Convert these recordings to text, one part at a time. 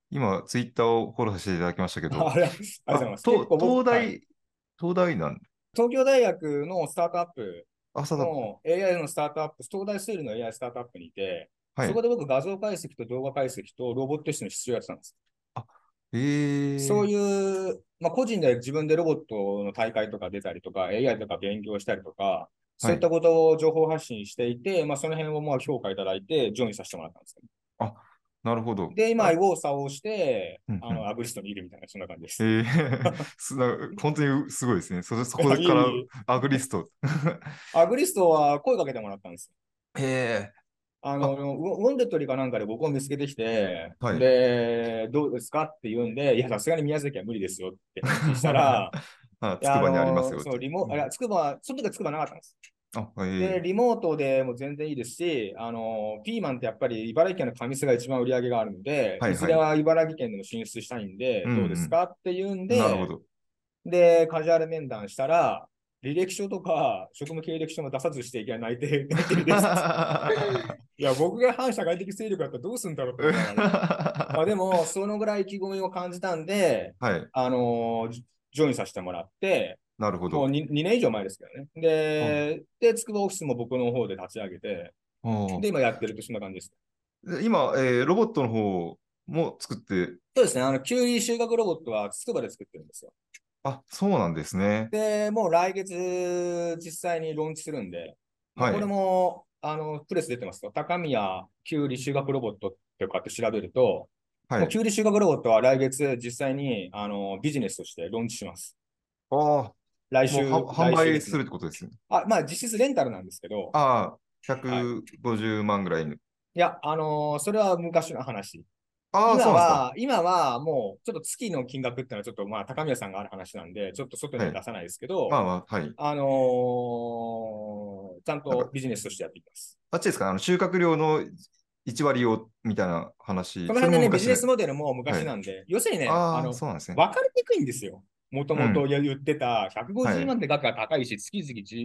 今、ツイッターをフォローさせていただきましたけど、 ありがとうございます。結東、 構僕、はい。 東大なん東京大学のスタートアップ朝だ。 の AI のスタートアップ、東大スールの AI スタートアップにいて、 はい。 そこで僕画像解析と動画解析とロボット室の必要やってたんです。 あ、 そうええ、 いう、まあ、個人で自分でロボットの大会とか出たりとか、AI とか勉強したりとか、そういっはい。 たことを情報発信していて、まあ、その辺をまあ評価いただいて、ジョインさせてもらったんですよ。 あ、なるほど。 で、今、 あ、 右往左往して、 うんうん。 アグリストにいるみたいな、そんな感じです。 ええ本当にすごいですね。そこいえからいえ。 アグリスト。 アグリストは声かけてもらったんです。 ええ、あ、 ウォンデットリかなんかで僕を見つけてきて、 はい。 で、どうですかって言うんで、いや、さすがに宮崎は無理ですよって返事したら、 あ、 いや、 つくばにありますよって。 あ、いうん、 や、その時はつくばなかったんです。 あ、 で、リモートでも全然いいですし、ピーマンってやっぱり茨城県の上須が一番売り上げがあるので、いずれはいはい。 は茨城県でも進出したいんで、 うんどうですかって言うんうん。なるほで、 ど。 で、カジュアル面談したら、履歴書とか職務経歴書も出さずしていけない内定です。いや、僕が反社会的勢力だったらどうするんだろうと思いながら。まあでも、そのぐらい意気込みを感じたんで、 はい。 ジョインさせてもらって、もうなるほど。 2年以上前ですけどね。で、つくばオフィスも僕の方で立ち上げて、で、今やってるとそんな感じです。 で今、ロボットの方も作って、 そうですね。キュウリ収穫ロボットはつくばで作ってるんですよ。 あ、そうなんですね。 で、もう来月実際にローンチするんで、まあこれはい。 も、プレス出てますと、高宮キュウリ収穫ロボットってかって調べると、 はい。 もうキュウリ収穫ロボットは来月実際に、ビジネスとしてローンチします。 ああ、販来週ですね。 売するってことですね。 まあ実質レンタルなんですけど、 ああ、 はい。 150万ぐらいの。 いや、それは昔の話。 ああ、そうなんですか。 今はもう、ちょっと月の金額っていうのはちょっとまあ高宮さんがある話なんで、ちょっと外にはい。 は出さないですけど、 まあまあ、はい。 ちゃんなんか、 とビジネスとしてやっていきます。 あっちですか、収穫量の1割を、みたいな話。それその辺のね、ビジネスも昔ね。 モデルもはい。 昔なんで、要するにね、 ああ、そうなんですね。 分かりにくいんですよ。もともとうん。 言ってた150 はい。 万って額が高いし、月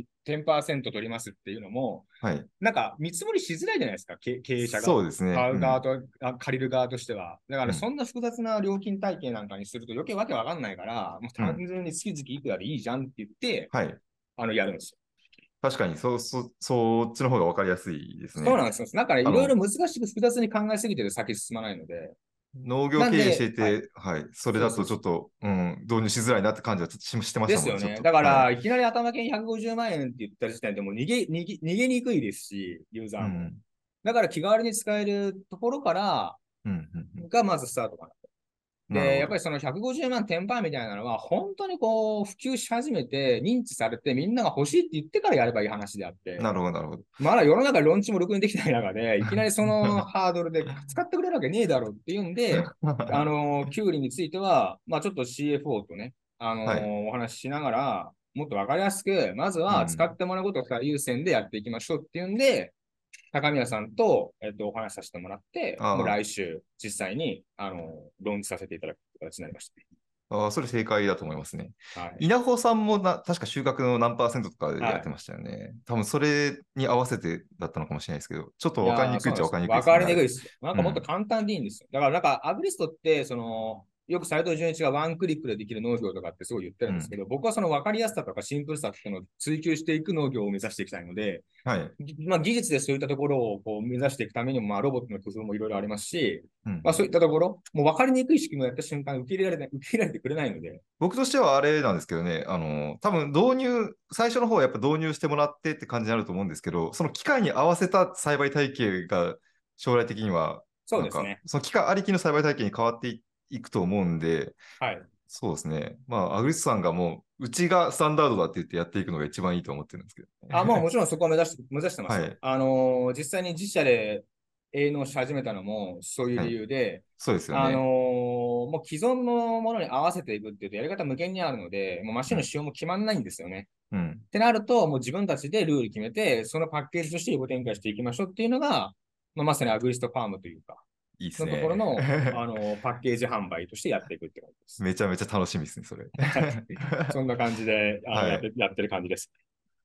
々10%取りますっていうのも、 はい。 なんか見積もりしづらいじゃないですか、経営者が。 そうですね。 買う側うん。 と借りる側としては。だからうん。 そんな複雑な料金体系なんかにすると余計わけわかんないから、もう単うん。 純に月々いくらでいいじゃんって言って、 はい。 やるんですよ。 確かに、そっちの方がわかりやすいですね。 そうなんですよ。なんかね、いろいろ難しく複雑に考えすぎてる先進まないので。 農業経営してなんで、はい。 いて、はい。それだとそうそうそう。 ちょっと、うん、導入しづらいなって感じはちょっとしてましたもんね、 ですよね。 ちょっと。はい。 だから、いきなり頭金150万円って言った時点でもう逃げにくいですし、ユーザーも。 うん。 だから気軽に使えるところからうん。うん。うん、 がまずスタートかな。で、 なるほど。 やっぱりその150万テンパーみたいなのは、本当にこう、普及し始めて、認知されて、みんなが欲しいって言ってからやればいい話であって、 なるほど、なるほど。 まだ世の中ローンチもろくにできない中で、いきなりそのハードルで使ってくれるわけねえだろうっていうんで、キュウリについては、まあちょっと CFO とね、 はい。 お話ししながら、もっとわかりやすく、まずは使うん。 ってもらうことを最優先でやっていきましょうっていうんで、高宮さんと、お話しさせてもらって、もうあ来週、実際に、ローンチさせていただく形になりましたね。 それ正解だと思いますね。 はい。 稲穂さんも確か収穫の何パーセントとかでやはい。 ってましたよね。多分それに合わせてだったのかもしれないですけど、ちょっと分かりいやー、 にくいっちゃ分かそうなんですよ。わかりにくいですよね、あれ。 りにくいですよ。なんかもっとうん。 簡単でいいんですよ。だから、なんか、アグリストって、よく斉藤純一がワンクリックでできる農業とかってすごい言ってるうん。 んですけど、僕はその分かりやすさとかシンプルさっていうのを追求していく農業を目指していきたいので、 はい。 まあ、技術でそういったところをこう目指していくためにも、まあ、ロボットの工夫もいろいろありますし、まあ、 うん。 そういったところ、もう分かりにくい仕組みをやった瞬間、受け入れられてくれないので、 僕としてはあれなんですけどね、多分最初の方はやっぱ導入してもらってって感じになると思うんですけど、その機械に合わせた栽培体系が将来的には、なんか、 そうですね。 その機械ありきの栽培体系に変わっていくと思うんで、 はい。 そうですね。まあ、アグリスさんがもう、うちがスタンダードだって言ってやっていくのが一番いいと思ってるんですけどもうね。 もちろんそこは目指してますよ。 はい。 実際に自社で営農し始めたのもそういう理はい。 由で、 そうですよね。 もう既存のものに合わせていくっていうとやり方無限にあるので、もうマシンのうん。 仕様も決まんないんですよね。 うん。 ってなると、もう自分たちでルール決めて、そのパッケージとして横展開していきましょうっていうのが、まあ、まさにアグリストファームというか、 いいですのところね。 の、パッケージ販売としてやっていくって感じです。 めちゃめちゃ楽しみですね、それ。 そんな感じで、 はい。 やってる感じです。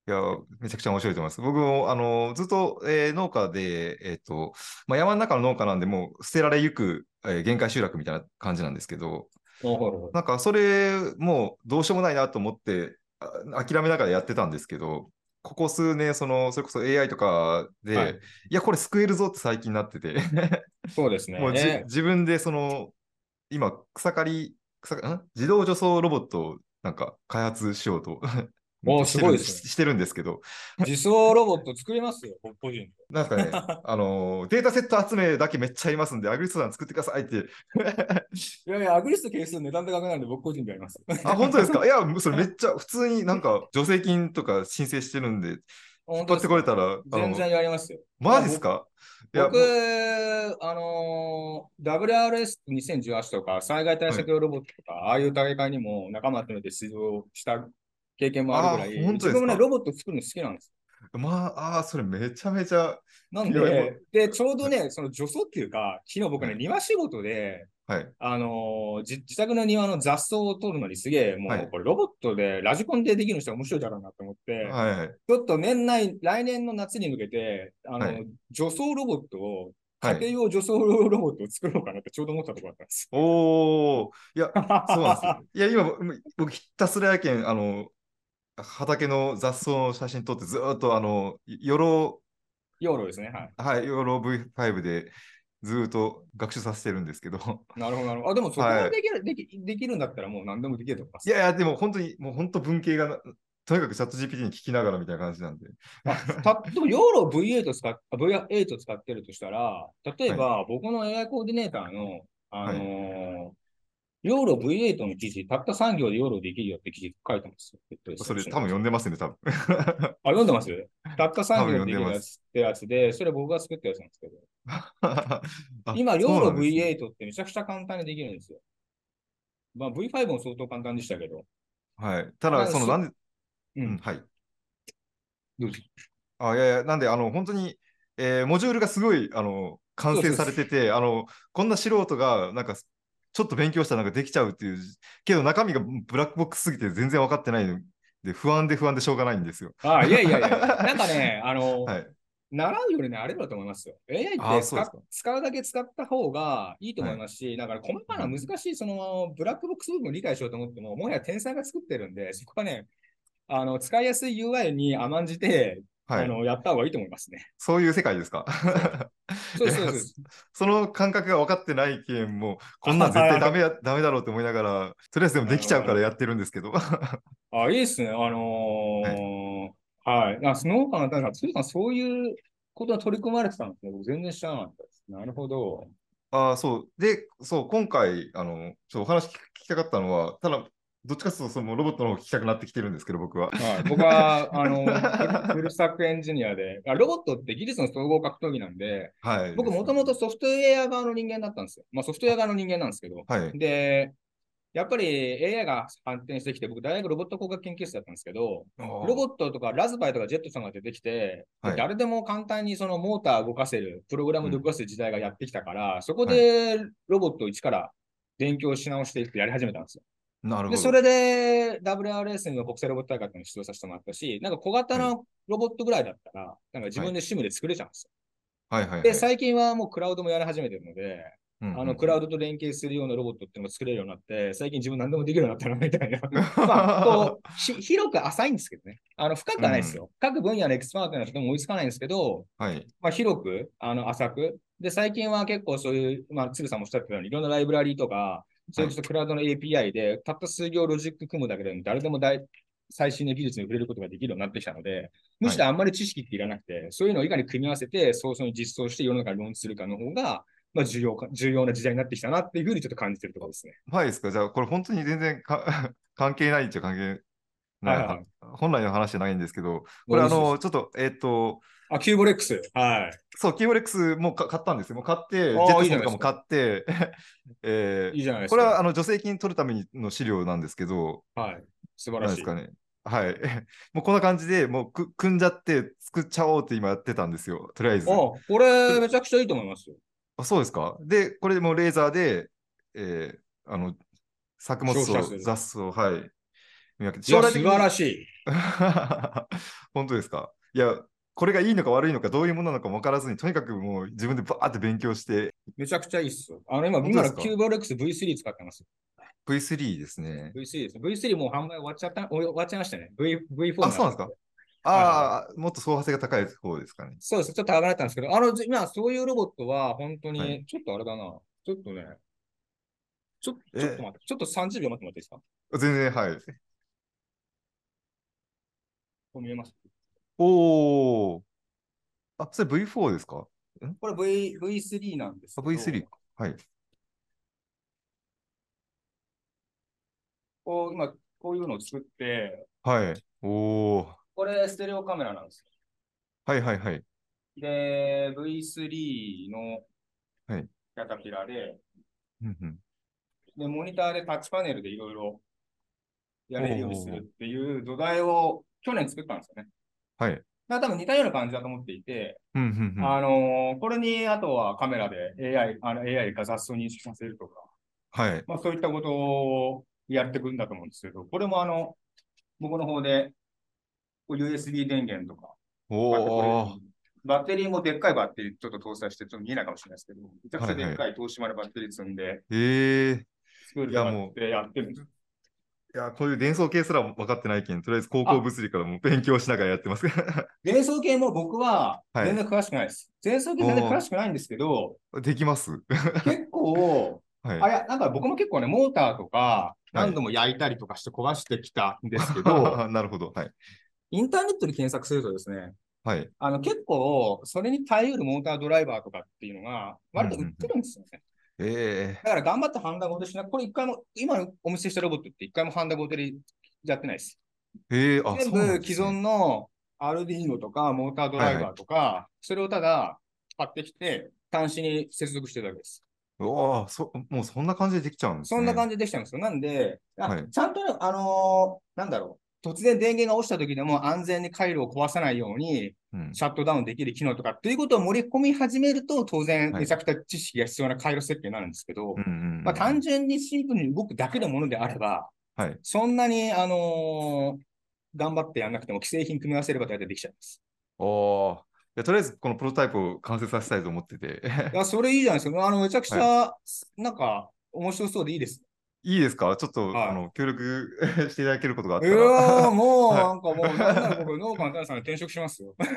いや、めちゃくちゃ面白いと思います。僕も、ずっと、農家で、まあ、山の中の農家なんで、もう捨てられゆく、限界集落みたいな感じなんですけど、なんか、それ、もうどうしようもないなと思って、諦めながらやってたんですけど、ここ数年、それこそ AI とかで、 はい。 いや、これ救えるぞって最近なっててそうですもうね。 自分で、今、自動除草ロボットをなんか開発しようとすごいですね。 してるんですけど、 自走ロボット作りますよ、僕個人で。 なんかね、データセット集めだけめっちゃありますんで、アグリストさん作ってくださいっていやいや、アグリスト係数値段高くなるんで僕個人でやります。 あ、本当ですか？いや、それめっちゃ普通になんか助成金とか申請してるんで、引っ張って本当ですか？ これたら、 全然やりますよ。 マジっすか？いや、 僕、WRS2018 とか、災害対はい。 策用ロボットとか、ああいう大会にも仲間とめて出場した経験もあるぐあ、 らい、自分もね、 本当ですか？ ロボット作るの好きなんです。 まあ、それめちゃめちゃ、 なんいや、もう、 で、で、ちょうどはい、 ね、その除草っていうか、昨日僕ね、 はい、 庭仕事で、 はい、 自宅の庭の雑草を取るのにすげえ、 はい、 もうこれロボットでラジコンでできる人は面白いだろうなと思って、 はい、はい、 ちょっと来年の夏に向けて、 はい、 除草ロボットを、 はい。 家庭用除草ロボットを作ろうかなってちょうど思ったところだったんです。 おー、いや、そうなんですよ。いや、今、僕ひたすらやけん、畑の雑草の写真撮ってずーっと、 養老ですね。はい。 はい、ヨロ V5 でずーっと学習させてるんですけど、 なるほど、なるほど。あ、でもそこまはい。 でできるんだったらもう何でもできると思います。 いやいや、でも本当に、もう本当文系がとにかくチャット GPT に聞きながらみたいな感じなんで。 でも、ヨーロ V8 V8 使ってるとしたら、例えはい。 ば、僕の AI コーディネーターの、 はい。 ヨーロ V8 の記事、たった3行でヨーロできるよって記事書いてますよ。 それ多分読んでますね、多分。 あ、読んでますたった3 多分行でできる読んでます。 やつってやつで、それ僕が作ったやつなんですけど、 あ、 今、ヨーロそうなんですね。 V8 ってめちゃくちゃ簡単にできるんですよ。まあ、V5 も相当簡単でしたけど、 はい。ただ、 なんす、 なんで、うん、 うん、 はい。 どうぞ。 いやいや、なんで、本当に、モジュールがすごい、完成そうです。 されてて、こんな素人が、なんか、ちょっと勉強したらなんかできちゃうっていう、けど中身がブラックボックスすぎて全然分かってないので、不安でしょうがないんですよ。 あ、いやいやいやいや。なんかね、 はい。 習うよりね、あれだと思いますよ。AI ってそうですか。 使うだけ使った方がいいとはい。 思いますし、だから細かな難うん。 しいそのブラックボックス部分を理解しようと思っても、もはや天才が作ってるんで、そこはね、使いやすい UI に甘んじて、 はい。 やった方がいいと思いますね。 そういう世界ですか？ そう。 いや、 そうです、そうです。 その感覚が分かってないけん、もう、こんなん絶対あダメだろうって思いながら、とりあえずでもなるほど、 できちゃうなるほど。 からやってるんですけど。はあ、いいっすね。 い。 はい。スノーカーの、だから、つさんそういうことに取り組まれてたんですね。僕全然知らなかったです。なるほど。 そう。で、そう、今回、お話聞きたかったのは、ただ、どっちかというと、そのロボットの方が聞きたくなってきてるんですけど、僕は。 はい。僕は、フルスタックエンジニアで、ロボットって技術の総合格闘技なんで、 はいで僕もすよね。 ともとソフトウェア側の人間だったんですよ。まあソフトウェア側の人間なんですけど。 はい。 で、やっぱり AI が発展してきて、僕大学ロボット工学研究室だったんですけど、ロボあットとかラズパイとかジェットさんが出てきて、ではい。 誰でも簡単にそのモーター動かせる、プログラうん。 ムで動かせる時代がやってきたから、そこはい。 でロボットを一から勉強し直していってやり始めたんですよ。で、 なるほど。 それで WRS の国際ロボット大会に出場させてもらったし、なんか小型はい。 のロボットぐらいだったら、なんか自はい。 分でシムで作れちゃうんですよ。 はいはいで、 はい。 最近はもうクラウドもやり始めてるので、 うんうんクラウうん。 ドと連携するようなロボットっていうのが作れるようになって、最近自分何でもできるようになったな、みたいな。まあ、こう、広く浅いんですけどね。深くうん。 はないですよ。各分野のエキスパートな人も追いつかないんですけど、 はい。 まあ、広く、浅く。で、最近は結構そういう、まあ、鶴さんもおっしゃったように、いろんなライブラリーとか、そはい。 れこそクラウドの API で、たった数行ロジック組むだけでも誰でも最新の技術に触れることができるようになってきたので、むはい。 しろあんまり知識っていらなくて、そういうのをいかに組み合わせて、早々に実装して世の中にローンチするかの方が、まあ、重要な時代になってきたなっていうふうにちょっと感じてるところですね。 はいですか。じゃあ、これ本当に全然関係ないっちゃ関係ないは、 はいはいはい。 本来の話じゃないんですけど、これもういいです。 ちょっと、 あ、キューボレックス。はい。 そう、キーボレックスも買ったんですよ。もう買って、ジェッああ、 トいいじゃないですか。 ソンとかも買って、 いいじゃないですか。 これは助成金取るためにの資料なんですけど、 はい。素晴らしい。 なんですかね。はい。もうこんな感じで、もう組んじゃって作っちゃおうって今やってたんですよ。とりあえず。 あ、これめちゃくちゃいいと思いますよ。 そうですか。で、これでもうレーザーで、えーあの、作物消費者層、 する。 雑草、はい。 いや、素晴将来的にらしい。 本当ですか？いや、これがいいのか悪いのか、どういうものなのかも分からずに、とにかくもう自分でバーって勉強して。 めちゃくちゃいいっすよ。今の本当ですか？ キューバーレックス V3 使ってます。 V3 ですね。 V3 です。V3 もう販売終わっちゃいましたね。V4 あ、 になったんで。 そうなんですか？ はいはい。 ああー、もっと奏和性が高い方ですかね。 そうです。ちょっと上がったんですけど、今、そういうロボットは、本当はい。 に、ちょっとあれだな。ちょっとね、ちょっとえ、 待って、ちょっと30秒待ってもらっていいですか？ 全然、はい。 こう見えます？ おー。あ、それ V4 ですか？ これ V3 なんですあ、 けど、 V3 か。はい。 今、こういうのを作って、 はい。おー。 これステレオカメラなんですはいはいはい。 よ。で、V3 のはい。 キャタピラで、 うんうん。 で、モニターでタッチパネルでいろいろやれるようにするおー。 っていう土台を去年作ったんですよね。 はい。 多分似たような感じだと思っていて、 うんうんうん。 これにあとはカメラで AI が雑草を認識させるとか、 はい。 まあそういったことをやっていくんだと思うんですけど、これも僕の方で USB 電源とか買ってこれるおー。 んで、バッテリーもでっかいバッテリーちょっと搭載して、ちょっと見えないかもしれないですけど、めちゃくちゃでっはいはい。 かい東芝のバッテリー積んで作いや、 るとかっもてやってるんです。 う、いや、こういう伝送系すら分かってないけん、とりあえず高校あ、 物理からも勉強しながらやってます。 伝送系も僕ははい。 全然詳しくないです。伝送系全然詳おしくないんですけど、 ー、できます。 結構、 はい。 なんか僕も結構ね、モーターとかはい。 何度も焼いたりとかして壊してきたんですけど、 なるほど。はい。 インターネットで検索するとですね、 はい。 結構それに耐えうるモータードライバーとかっていうのがうんう割と売ってんうん。 るんですよね。 えだから頑張ってハンダゴテしなこれ一回も、今お見せしたロボットって一回もハンダゴテでやってないです。 あ、 全そうなん部既ですね。 存のアルディーノとかモータードはいはい。 ライバーとか、それをただ買ってきて端子に接続してるだけです。 もうそんな感じでできちゃうんですね。 そんな感じでできちゃうんですよ。なんで、 はい。 ちゃんとね、なんだろう、突然電源が落ちた時でも安全に回路を壊さないように、 うん。 シャットダウンできる機能とかっていうことを盛り込み始めると、当然はい。 めちゃくちゃ知識が必要な回路設計になるんですけど、 うんうんうんうまあ、単ん。 純にシンプルに動くだけのものであれば、 はい。 そんなに、頑張ってやんなくても既製品組み合わせれば大体できちゃいます。 おー。いや、とりあえずこのプロトタイプを完成させたいと思ってて。 いや、それいいじゃないですか。めちゃくちはい。 ゃ、なんか、面白そうでいいです。 いいですか？ちょっと、 はい。 協力していただけることがあっいやたら。 ー、もう、 はい。 なんかもう、なんなら僕、農家の種さんに転職しますよ。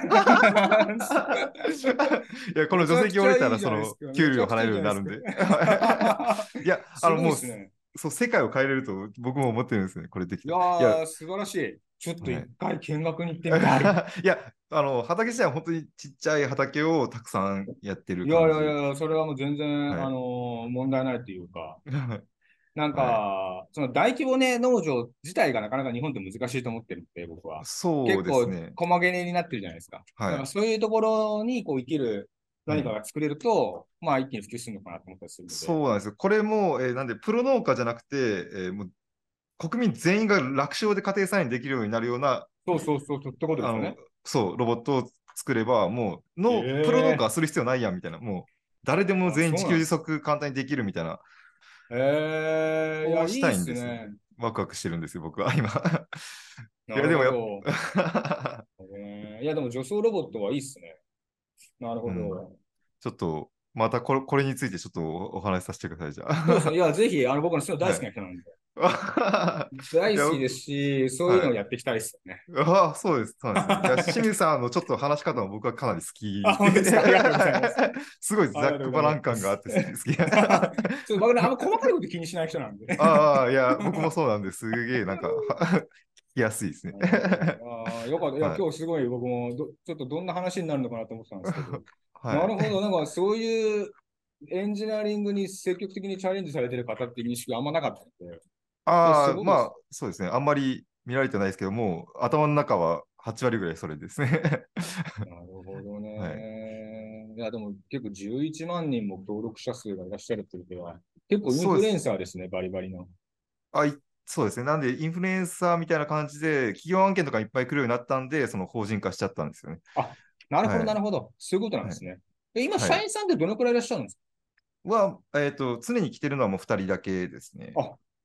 いや、この助めちゃくち成金降りたら、 ゃいいじゃないですか。 給料払えめちゃくちゃいいるようになるんじゃないですか。 で。いや、 すごいもう、 ですね。 そう、世界を変えれると僕も思ってるんですね。これできいたら。いや、 やー、素晴らしい。ちょっとはい。 一回見学に行ってみたい。 いや、畑自体は本当にちっちゃい畑をたくさんやってるいやい感じ。 やいや、それはもう全然、 はい。 問題ないというか、なんはい。 か、その大規模ね、農場自体がなかなか日本って難しいと思ってるんで、僕は。 そう結構、 ですね。 細切れになってるじゃないですか。だからはい。 そういうところにこう生きるうん。 何かが作れると、まあ一気に普及するのかなと思ったりするので。 そうなんですよ。これも、なんで、プロ農家じゃなくて、もう国民全員が楽勝で家庭菜園できるようになるような、 そうそうそう、そうってことであの、 すよね。 そう、ロボットを作れば、もう、プロ農家ええはする必要ないやんみたいな、もう、誰でもあ、 全員自給自そうなんです。 足簡単にできるみたいな、 いや、 こうしたいいっいんですよ。 すね。 ワクワクしてるんですよ、僕は今。いや、 なるでもやっほど。 ぱいや、でも女装ロボットはいいっすね。なるうん、 ほど。 ちょっと、またこれについてちょっとお話しさせてください、じゃそうですね。いあ。 や、ぜひ、僕のそういうの大好きはい。 な人なんで。大いや、 好きですし、そういうはい。 のをやっていきたいですよね。 そうです、そうなんです。いや、清水さんのちょっと話し方も僕はかなり好あ、 き。 本当ですか？ありがとうございます。 すごいありざっくばらがとうございん感があってます。 好き。 僕ね、あんま細かいこと気にしない人なんで。 ああ、いや、僕もそうなんです。すげえ、なんか、聞きやすいですね。 よかった。いや、 はい。 今日すごい僕もちょっとどんな話になるのかなと思ってたんですけど。 はい。 なるほど。なんかそういうエンジニアリングに積極的にチャレンジされてる方っていう認識があんまなかったので。すああ、 ごいです。 まあ、そうですね。あんまり見られてないですけども、頭の中は8割ぐらいそれですね。 なるほどはい。 ね。いや、でも結構11万人も登録者数がいらっしゃるっていうことは、結構インフルエンそうです。 サーですね、バリバリの。 あ、そうですね。なんで、インフルエンサーみたいな感じで、企業案件とかいっぱい来るようになったんで、その法人化しちゃったんですよね。 あ、なるほど、なるはい。 ほど。そういうことなんではい。 すね。今、 はい。 社員さんってどのくらいいらっしゃるんです常に来てるのはもう2人だけですね。 か？あ、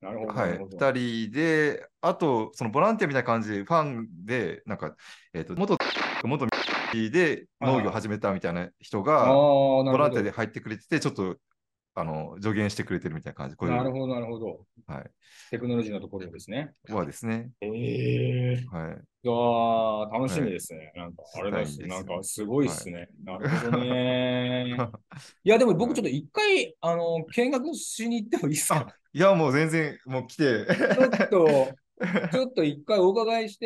なるほど、なはい、 るほど。 2人で、あと、そのボランティアみたいな感じで、ファンで、なんか、元で農業をはいはい。 始めたみたいな人が、 ああ、なボるほど。 ランティアで入ってくれてて、ちょっと、助言してくれてるみたいな感じ、こういう、 なるほど、なるほど。 はい、 テクノロジーのところですね。 はですね、 ええ、 はい、 いやー、楽しはい、 みですね。なんか、あしたいんれです。なんか、 ですよ。 すごいっはい。 すね。なるほどね。いや、でも僕はい、 ちょっと一回、見学しに行ってもいいっすか？ いや、もう全然、もう来て。 ちょっと、ちょっと一回お伺いして、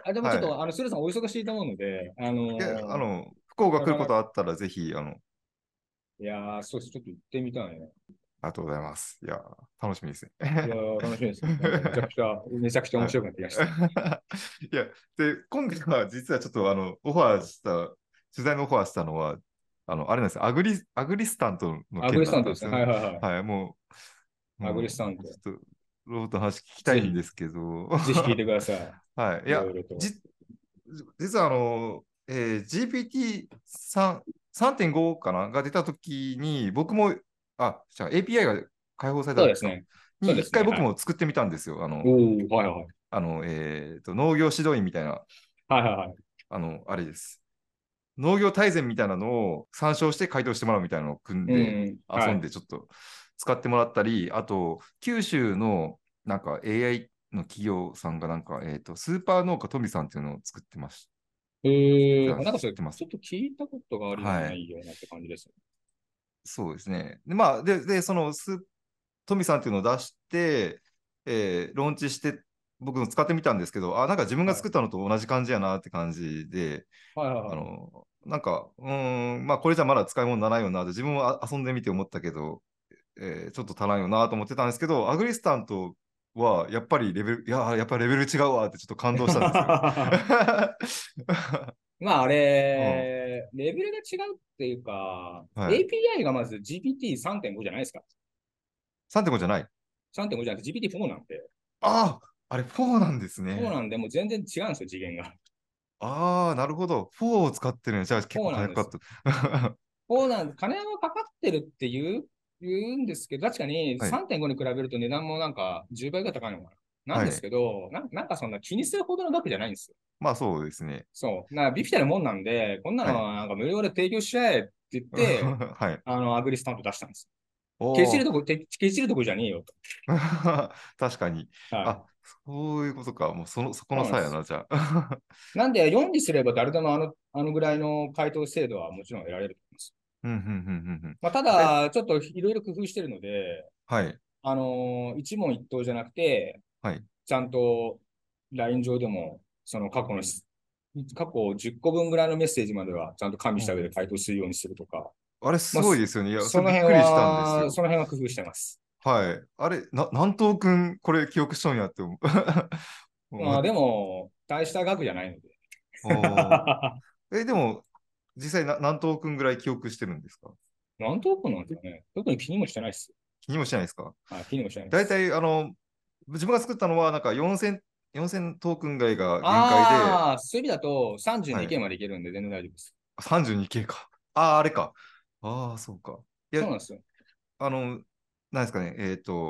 あ、でもちょっはい。 と、スーさんお忙しいと思うので、 いや、福岡来るこなかなか、 とあったら、ぜひ、 いやー、そうです。ちょっと行ってみたいね。 ありがとうございます。いや、楽しみですね。 いやー、楽しみですね。なんかめちゃくちゃ面はい。 白くなってきました。 いや、で、今回は実はちょっとオファーした、取材のオファーしたのは、あれなんですよ、アグリスタントのアグ件リスタントですね。 だったんですよね。 はいはいはい。 はい、 アグリもう、 スタント。 ちょっと、ロボットの話聞きたぜひ、 いんですけど、 ぜひ聞いてくださはい。いい。いや、 ろいろと。 実はGPT3、3.5かなが出たときに、僕も、じゃあ API が開放されたときか、 そうですね。そうにですね。 一回僕はい。 も作ってみたんですよ。 おー、はいはい。 農業指導員みたいな、 はいはいはい。 あれです。農業大全みたいなのを参照して回答してもらうみたいなのを組んで、 うん、 遊はい。 んでちょっと使ってもらったり、あと、九州のなんか AI の企業さんがなんか、スーパー農家トミさんっていうのを作ってましなんかそれ、 知ってます。 ちょっと聞いたことがありなはい。 いようなって感じです。 そうですね。で、まあ、そのトミさんっていうのを出して、ローンチして、僕も使ってみたんですけど、なんか自分がはい。 作ったのと同じ感じやなって感じで、 はいはいはい。 なんか、まあ、これじゃまだ使い物にならないよなって、自分は遊んでみて思ったけど、ちょっと足らんよなと思ってたんですけど、アグリスタントはやっぱりやっぱりレベル違うわってちょっと感動したんですよね。 まあ、あうん。 れ、レベルが違うっていうか、 はい。 API がまず GPT3.5 じゃないですか。 3.5じゃない。 3.5じゃなくて GPT4 なんで。 あれ4なんですね。 そうなんで、もう全然違うんですよ、次元が。 なるほど。4を使ってるね。じゃあ結構そうなんです。 金かかった。 そうなんです。金はかかってるって言うんですけど、確かにはい。 3.5に比べると値段もなんか10倍ぐらい高いのかな。なんですはい。 けど、なんかそんな気にするほどの額じゃないんですよ。 まあそうですね。 そう。ビビたるもんなんで、こんなはい。 のはなんか無料で提供しちゃえって言って、 はい。 アグリスタント出したんです。 おー。 ケチるとこじゃねえよと。 確かに。 はい。 そういうことか。もうそこそうなんです。 の差やな、じゃあ。 なんで、4にすれば誰でもあのぐらいの回答精度はもちろん得られると思います。 うん、うん、うん、うん。うん。 まあ、たえ、 だ、ちょっといろいろ工夫してるので、 はい。 一問一答じゃなくて、 はい。 ちゃんと LINE 上でも、その過去10個分ぐらいのメッセージまではちゃんと加味した上で回答するようにするとか、 あれすまあ、 ごいですよね。いや、それびっくりしたんですよ。 その辺は工夫してます。 はい。あれ、南東くん、これ記憶しとんやって思う。思っまあ、でも、大した額じゃないので。 おでも、実際南東くんぐらい記憶してるんですか？ 何トークンなんですかね。特に気にもしてないです。 気にもしないですか？ はい、気にもしてないです。 大体、自分が作ったのは、なんか4000トークンぐらいが限界で、 そういう意味だとはい。 32K までいけるんで全然大丈夫です。 32K か。あれか。そうか。いや、 そうなんですよ。 なんですかね。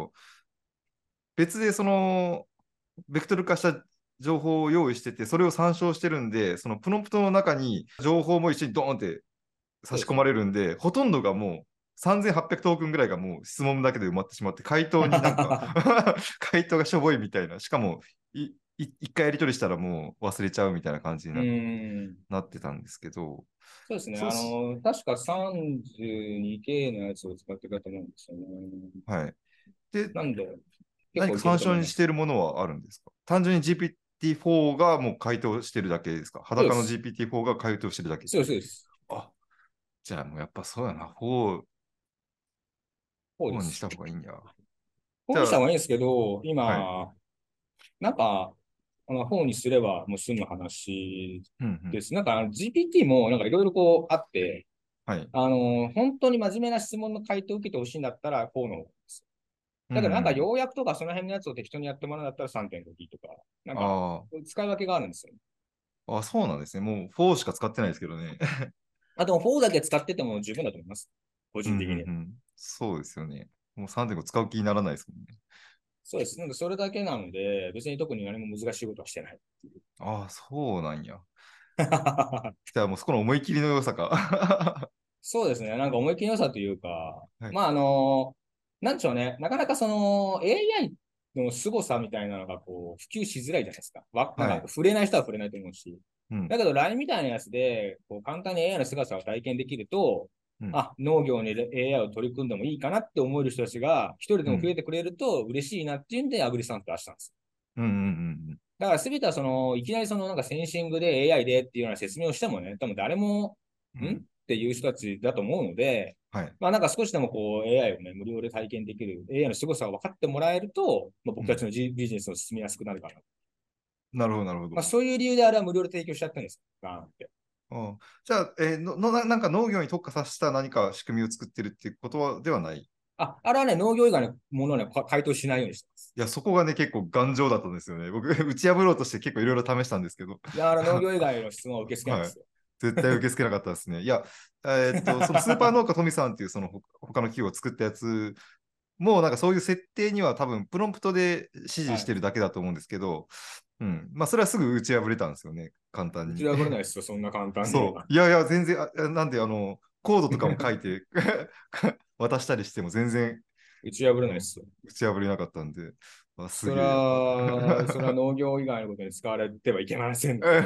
別でベクトル化した情報を用意してて、それを参照してるんで、そのプロンプトの中に情報も一緒にドーンって差し込まそうですね。 れるんで、ほとんどがもう3800トークンぐらいがもう質問だけで埋まってしまって、回答になんか回答がしょぼいみたいな、しかも一回やり取りしたらもう忘れちゃうみたいな感じにうーん。 なってたんですけど、 そうですね。 そうし、 確か 32K のやつを使ってたと思うんですよね。 はい。で、 なんで、結構いける何か参と思います。 照にしているものはあるんですか？単純に GPT-4 がもう回答してるだけですか？裸のそうです。 GPT-4 が回答してるだけ。 そうです。 あ、じゃあもうやっぱそうやな。4、4にしそうです。 た方がいいんや。じ本にしゃあ、 た方がいいんですけど、 はい。 今、なんか、本にすればもう済む話うんうん。 です。なんか GPT もなんかいろいろこうあって、 はい。 本当に真面目な質問の回答を受けてほしいんだったら、こうの方です。 うだけどなんかん。 要約とかその辺のやつを適当にやってもらうんだったら 3.5T とか、なんかあ使い分けがあるんですよ。 そうなんですね。もう4しか使ってないですけどね。 あ、でも4だけ使ってても十分だと思います。個うんうん人的に。 うん。そうですよね。もう3.5使う気にならないですもんね。 そうです。なんで、それだけなので、別に特に何も難しいことはしてないっていう。 ああ、そうなんや。じゃあもうそこの思い切りの良さか。 そうですね。なんか思い切りの良さというか、 はい。 まあなんでしょうね。なかなかその AI の凄さみたいなのがこう普及しづらいじゃないですか。なんかはい。 触れない人は触れないと思うし。 うん。 だけど LINE みたいなやつでこう簡単に AI の凄さを体験できると、 うん。 あ、農業に AI を取り組んでもいいかなって思える人たちが一人でうん。 も増えてくれると嬉しいなっていうんでアグリスタンプ出したんです。 うん。うん。 だから全てはその、いきなりそのなんかセンシングで AI でっていうような説明をしてもね、多分誰も、 うん。うん。 っていう人たちだと思うので、 はい。 まあなんか少しでもこう AI をね、無料で体験できる、AI の凄さを分かってもらえると、まあ、 うん。 僕たちのビジネスを進みやすくなるかな。 なるほど、なるほど。 まあそういう理由であれは無料で提供しちゃったんですガーンって。 うん、じゃあ、なんか農業に特化させた何か仕組みを作ってるっていうことはではない。 あれはね、農業以外のものをね、回答しないようにしてます。 いや、そこがね、結構頑丈だったんですよね。僕、打ち破ろうとして結構いろいろ試したんですけど。 だから農業以外の質問は受け付けないはい。 ですよ。 絶対受け付けなかったですね。いや、そのスーパー農家トミさんっていうその他の企業を作ったやつも、なんかそういう設定には多分プロンプトで指示はい。 してるだけだと思うんですけど、うん。まあ、それはすぐ打ち破れたんですよね。簡単に。 打ち破れないですよ、そんな簡単には。 そう。いやいや、全然、なんで、コードとかも書いて渡したりしても全然、 打ち破れうん、 ないですよ。 打ち破れなかったんで、あ、すそげえや。 そら農業以外のことに使われてはいけませんので。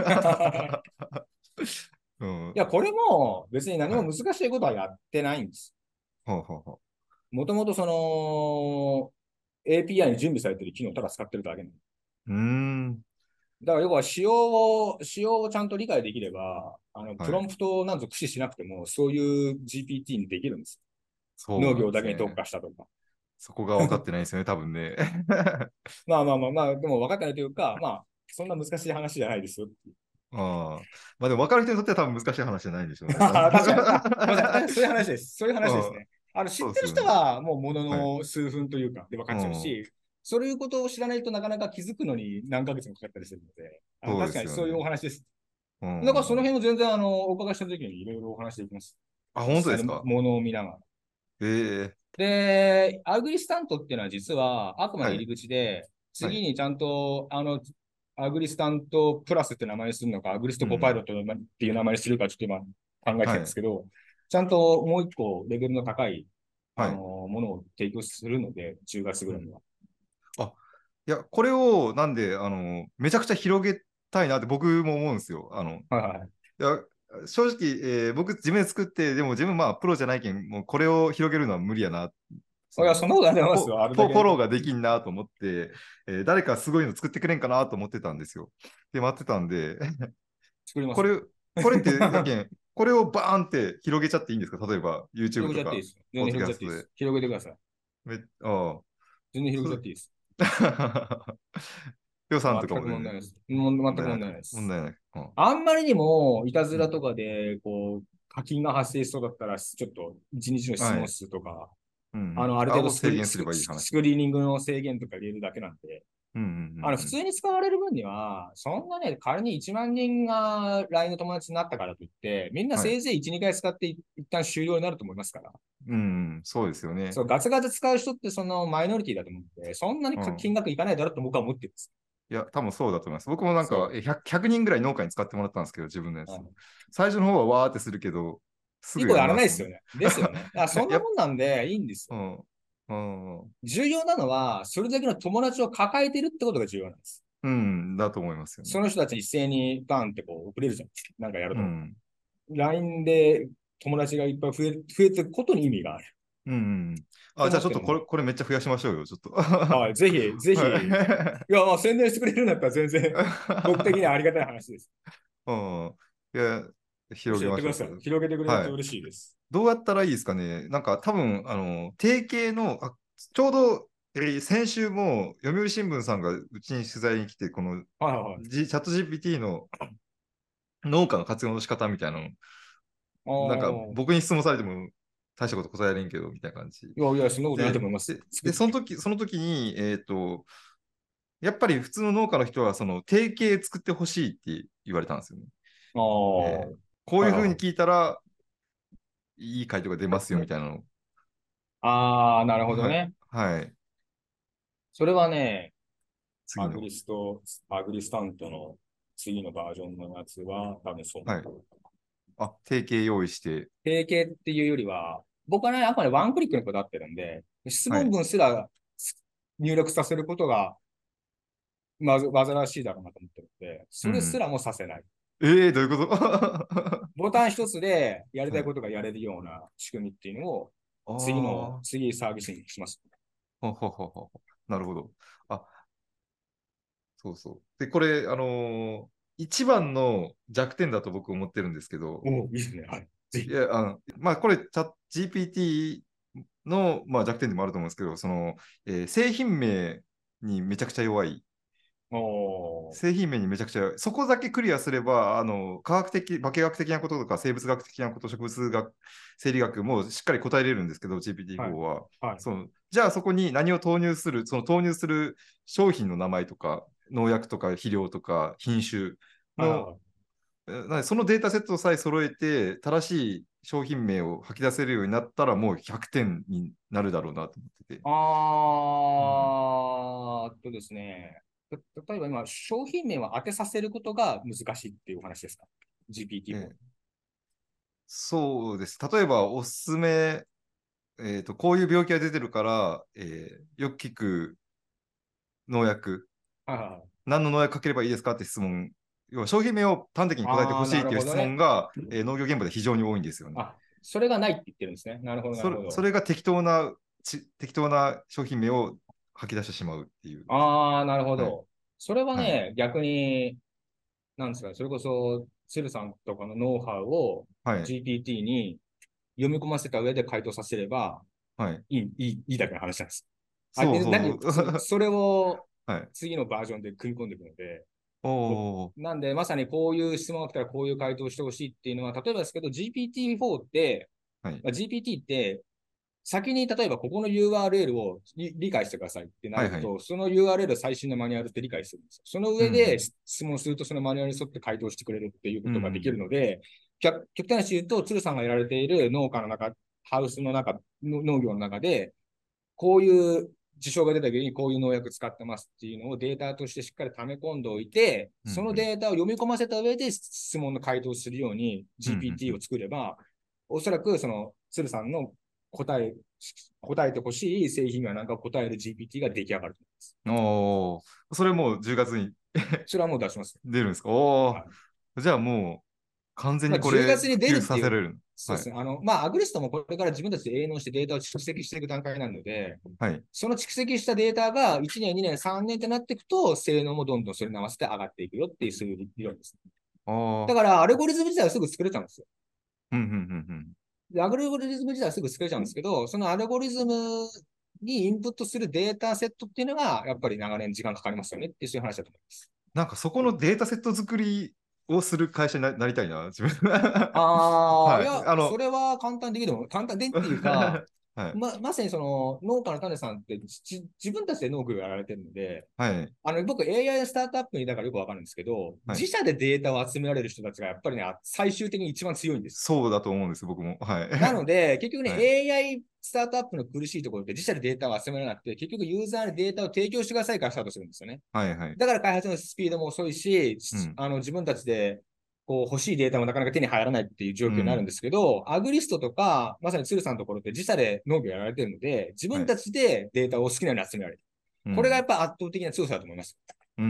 うん、 いや、これも別に何はい。 も難しいことはやってないんです。 ほうほうほもともとその API に準備されている機能をただ使ってるだけなんで。 う。うーん。 だから要は仕様をちゃんと理解できれば、プはい。 ロンプトなんぞ駆使しなくても、そういう GPT にできるんです。農そうなんで業だけに特すね。 化したとか。 そこが分かってないんですよね、多分ね。 まあまあまあまあ、でも分かってないというか、まあ、そんな難しい話じゃないですよ。 ああ。まあでも分かる人にとっては多分難しい話じゃないんでしょうね。 確かに。ごめんなさい。そういう話です。そういううん、 話ですね。知ってるそうですよね。 人はもうものはい。 の数分というかで分かっちゃううん。 し、そういうことを知らないとなかなか気づくのに何ヶ月もかかったりするので、 そうで確かにそういうおすよね。 話です。 うだからそのん。 辺を全然お伺いした時にいろいろお話できます。 あ、 実本当ですか？ 際のものを見ながら。 ええ、 で、アグリスタントっていうのは実はあくまはい。 で入り口で、 はい。 次にちゃんとアグリスタントプラスって名前にするのか、アグリストコパイロうん。 ットっていう名前にするかちょっと今考えてるはい。 んですけど、ちゃんともう一個レベルの高い、 はい。 ものを提供するので、10月ぐうん。 らいには。 あ、いや、これを、なんで、めちゃくちゃ広げたいなって僕も思うんですよ。 はいはいはい。 いや、正直、僕自分で作って、でも自分まあプロじゃないけん、もうこれを広げるのは無理やな。 いや、そんなことありますよ。あれだけフォローのこと。 ができんなと思って、誰かすごいの作ってくれんかなと思ってたんですよ。で、待ってたんで、 作りますよ。 これ、これって、やけん、これをバーンって広げちゃっていいんですか？例えば YouTube 広げとか、 ちゃっていいです。全ポッ然ドキャストで。 広げちゃっていいです。広げてください。 ああ、 全然広げちゃっそう。 ていいです。 予算と全かも全然く問題ないです。全く問問題なく、 題ないです。 問題なく。うん。 あんまりにもいたずうん。 らとかで、こう、課金が発生しそうだったら、ちょっと1日の質問はい。 数とか、 うんうん。 ある程度を制限すればいい話。 スクリーニングの制限とか入れるだけなんで、 うんうんうん普通に使われる分には、そんなね、仮に1万人が LINE の友達になったからといって、みんなうん。はい。 せいぜい1、2回使って一旦終了になると思いますから。 うん、そうですよね。 そう、ガツガツ使う人ってそのマイノリティだと思うんで、そんなにうん。 金額いかないだろうと僕は思ってるんです。 いや、多分そうだと思います。僕もなんかそ 100人ぐらい農家に使ってもらったんですけど、自分のやう。 つ。 うん、 最初の方はわーってするけど、すぐ以降ややめますもん。 らないですよね。ですよね。だからそんなやっ、 もんなんでいいんですよ。 うん。うん。 重要なのは、それだけの友達を抱えてるってことが重要なんです。 うん、だと思いますよね。 その人たちに一斉にバンってこう送れるじゃん。なんかやると。 うん。 LINE で友達がいっぱい増えていくことに意味がある。 うん。うん。あ、じゃあと思ちょっとこれ、 ってるんで。 これめっちゃ増やしましょうよ、ちょっと。ははい、ぜひ、ぜひ。いい。 や、まあ宣伝してくれるんだったら全然僕的にはありがたい話です。 うん。いや、 むし広げましょう、それ。 ろやってください。広げてくれるはい。 と嬉しいです。 どうやったらいいですかね。なんか多分、定型の、ちょうど、先週も読売新聞さんがうちに取材に来て、この、 はいはいはい。 チャット GPT の農家の活用の仕方みたいなの、 あなんかあ。 僕に質問されても大したこと答えれんけど、みたいな感じ。 いやいや、そんなことないとで、 思います。 その時に、やっぱり普通の農家の人は、その定型作ってほしいって言われたんですよね。 ああ。 えーこういうふうにはいはいはい。 聞いたら、いい回答が出ますよみたいなの。 ああ、なるほどはい。 ね。 はい。 それはね、 次の。 アグリスタントの次のバージョンのやつは多分そう思はい。 う。 あ、定型用意して。 定型っていうよりは、僕はね、あくまでワンクリックにこだわってるんで、質問はい。 文すら入力させることが煩わしいだろうなと思ってるんで、 うん。 それすらもさせない。 どういうこと？ ボタン一つでやりたはい。 いことがやれるような仕組みっていうのをああ、 次サービスにします。 ほ。なるほど。あ、そうそう。で、これ、一番の弱点だと僕思ってるんですけど、 おお、いいですね。はい。ぜひ。 いや、まあ、これ、GPT の、まあ、弱点でもあると思うんですけど、製品名にめちゃくちゃ弱い。 おー。 製品名にめちゃくちゃ弱い。そこだけクリアすれば、科学的、化学的なこととか、生物学的なこと、植物学、生理学もしっかり答えれるんですけど、 はい。 GPT-4 は。 はい。 じゃあそこに何を投入する、その投入する商品の名前とか、農薬とか肥料とか品種の、 はい。 そのデータセットさえ揃えて、正しい商品名を吐き出せるようになったら、もう100点になるだろうなと思ってて。うん。 ですね。例えば今、商品名を当てさせることが難しいっていうお話ですか？ GPT-4。 ええそうです。例えば、おすすめ、こういう病気が出てるから、よく聞く農薬、 はいはいはい。 何の農薬かければいいですかって質問、要は商品名を端的に答えてああ、なほしいっていうるほどね。 質問が、農業現場で非常に多いんですよね。 あ、それがないって言ってるんですね。なるほど、なるほど。 それが適当な商品名を吐き出してしまうっていう。 ああ、なるほはい。 ど。それははい。 ね、逆に、なんですか、それこそ、鶴さんとかのノウハウをはい。 GPT に読み込ませた上で回答させればはい。 いいだけの話なんです。あ、 そうで、 そうそう。 それをはい。 次のバージョンで組み込んでいくので、 おー。 なんで、まさにこういう質問が来たらこういう回答をしてほしいっていうのは、例えばですけど、GPT-4 って、 はい。 GPT って、先に例えばここの URL を理解してくださいってなはいはい。 ると、その URL 最新のマニュアルって理解するんですよ。その上でうん。 質問すると、そのマニュアルに沿って回答してくれるっていうこうん。 とができるうん。 ので、極端な話言うと、鶴さんがやられている農家の中、ハウスの中、農業の中で、こういう事象が出た時にこういう農薬使ってますっていうのをデータとしてしっかり溜め込んでおいて、そのうん。 データを読み込ませた上で質問の回答するようにうん。う GPT をん。 作れば、おそらくその鶴さんの答え、答えてほしい製品がなんか答える GPT が出来上がると思います。 おー。それもう10月にそれはもう出します。 出るんですか？おはい。 ー。じゃあもう完全まあ、 にこ 10 れ普月に出る及っていう、 させられる。はい。 そうですね。まあ、アグリストもこれから自分たちで営農してデータを蓄積していく段階なので、 はい。 その蓄積したデータが1年、2年、3年ってなっていくと、性能もどんどんそれに合わせて上がっていくよっていう、そういう理論です。 ああ。 だから、アルゴリズム自体はすぐ作れちゃうんですよ。 うん。うん。うん。 で、アルゴリズム自体はすぐ作れちゃうんですけど、そのアルゴリズムにインプットするデータセットっていうのが、やっぱり長年時間かかりますよねっていう、そういう話だと思います。 なんかそこのデータセット作りをする会社になりたいな、自分。 ああ、いはい。 や、それは簡単できるもん。簡単でっていうか、 はい。 まさにその農家の種さんって自分たちで農業やられてるので、 はい。 僕 AI スタートアップにだからよくわかるんですけど、 はい。 自社でデータを集められる人たちがやっぱりね、最終的に一番強いんです。 そうだと思うんです、僕も。はい。 なので、結局ね、 はい。 AI スタートアップの苦しいところって自社でデータを集められなくて、結局ユーザーにデータを提供してくださいからスタートするんですよね。 はい。はい。 だから開発のスピードも遅いし、 うん。 自分たちでこう欲しいデータもなかなか手に入らないっていう状況になるんうん。 ですけど、アグリストとか、まさに鶴さんのところって自社で農業やられてるので、自はい。 分たちでデータを好きなように集められる。これがやうん。 っぱ圧倒的な強さだと思います。 うん。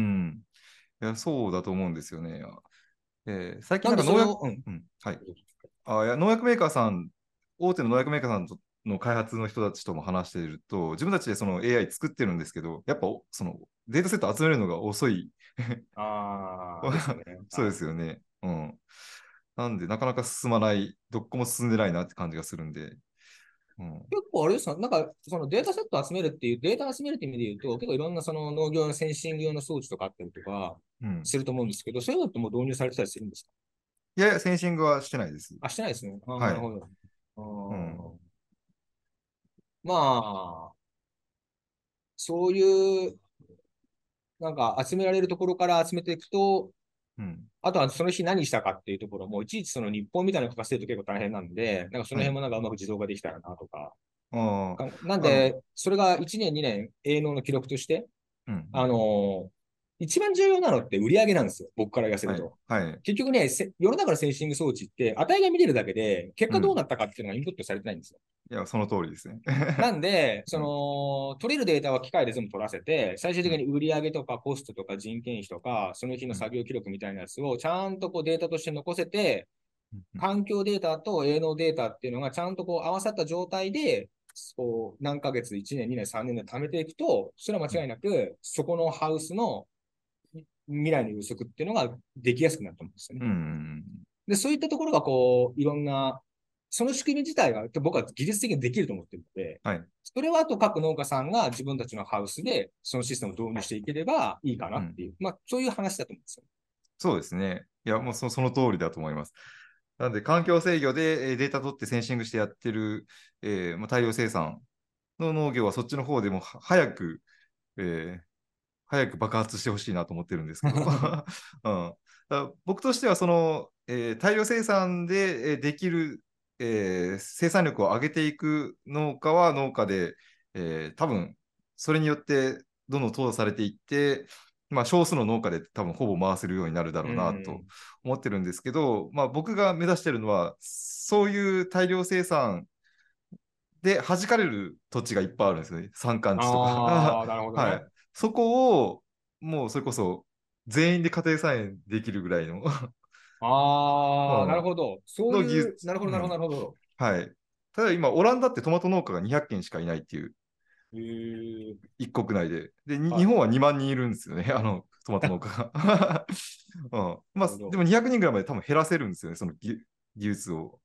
いや、そうだと思うんですよね。最近なんなんか農薬、 でそれを、うん。 うん。はい。いや、農薬メーカーさん、大手の農薬メーカーさんの開発の人たちとも話していると、自分たちでその AI 作ってるんですけど、やっぱそのデータセット集めるのが遅い。 ああ、ですよね。 そうではい。 すよね。うん。なんで、なかなか進まない、どこも進んでないなって感じがするんで。うん。 結構あれですか、なんかそのデータセット集めるっていう、データ集めるっていう意味で言うと、結構いろんなその農業のセンシング用の装置とかあったりとかうん。 すると思うんですけど、そういうのってもう導入されてたりするんですか？ いやいや、センシングはしてないです。 あ、してないですね。ああ、 はい。 なるほど。 うん。 まあ、そういう、なんか集められるところから集めていくと、 うん。 あとはその日何したかっていうところも、いちいちその日報みたいなの書かせると結構大変なんで、なんかそのはい。 辺もなんかうまく自動化できたらなとかなんで、それが1年、2年、営農の記録として、一番重要なのって売り上げなんですよ。僕から言わせると。結局ね、世の中のセンシング装置って、値が見れるだけで、結果どうなったかっていうのがインプットされてないんですよ。 いや、その通りですね。 なんで、取れるデータは機械で全部取らせて、最終的に売上とかコストとか人件費とか、その日の作業記録みたいなやつをちゃんとこうデータとして残せて、環境データと営農データっていうのがちゃんとこう合わさった状態で、こう何ヶ月、1年、2年、3年で貯めていくと、それは間違いなく、そこのハウスの未来の予測っていうのができやすくなると思うんですよね。で、そういったところがこう、いろんな、その仕組み自体は僕は技術的にできると思ってるので、それはあと各農家さんが自分たちのハウスでそのシステムを導入していければいいかなっていう、まあそういう話だと思うんですよ。 そうですね。いや、もうその通りだと思います。なんで、環境制御でデータ取ってセンシングしてやってる、大量生産の農業はそっちの方でも早く爆発してほしいなと思ってるんですけど、僕としては大量生産でできる、生産力を上げていく農家は農家で、多分それによってどんどん淘汰されていって、少数の農家で多分ほぼ回せるようになるだろうなと思ってるんですけど、僕が目指してるのはそういう大量生産で弾かれる土地がいっぱいあるんですよね。山間地とか。 なるほどね。 はい。そこを、もうそれこそ、全員で家庭菜園できるぐらいのなるほど。そうの技いう、 術。 なるほど、なるほど、なるほど。 はい。ただ今、オランダってトマト農家が200軒しかいないっていう、一国内で。で、日本は2万人いるんですよね、トマト農家が。でも200人ぐらいまで多分減らせるんですよね、その技術を。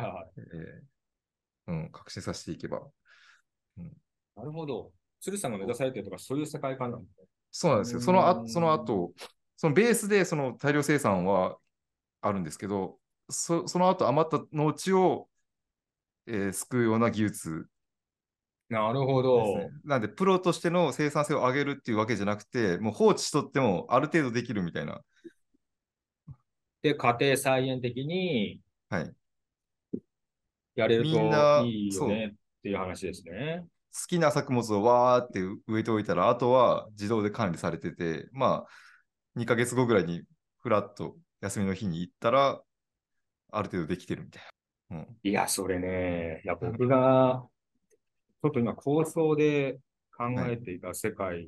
革新させていけば。 なるほど。鶴さんが目指されてるとか、そういう世界観なんですね。 そうなんですよ。その後、そのベースでその大量生産はあるんですけど、その後余った農地を、救うような技術なるほですね。 ど。 なんで、プロとしての生産性を上げるっていうわけじゃなくて、もう放置しとってもある程度できるみたいな。 で、家庭菜園的にはい。 やれるみんとな、 いいよそう、 ねっていう話ですね。 好きな作物をわーって植えておいたら、あとは自動で管理されてて、2ヶ月後ぐらいにフラッと休みの日に行ったら、ある程度できてるみたいな。 いや、それね、いや、僕が、ちょっと今構想で考はい。 えていた世界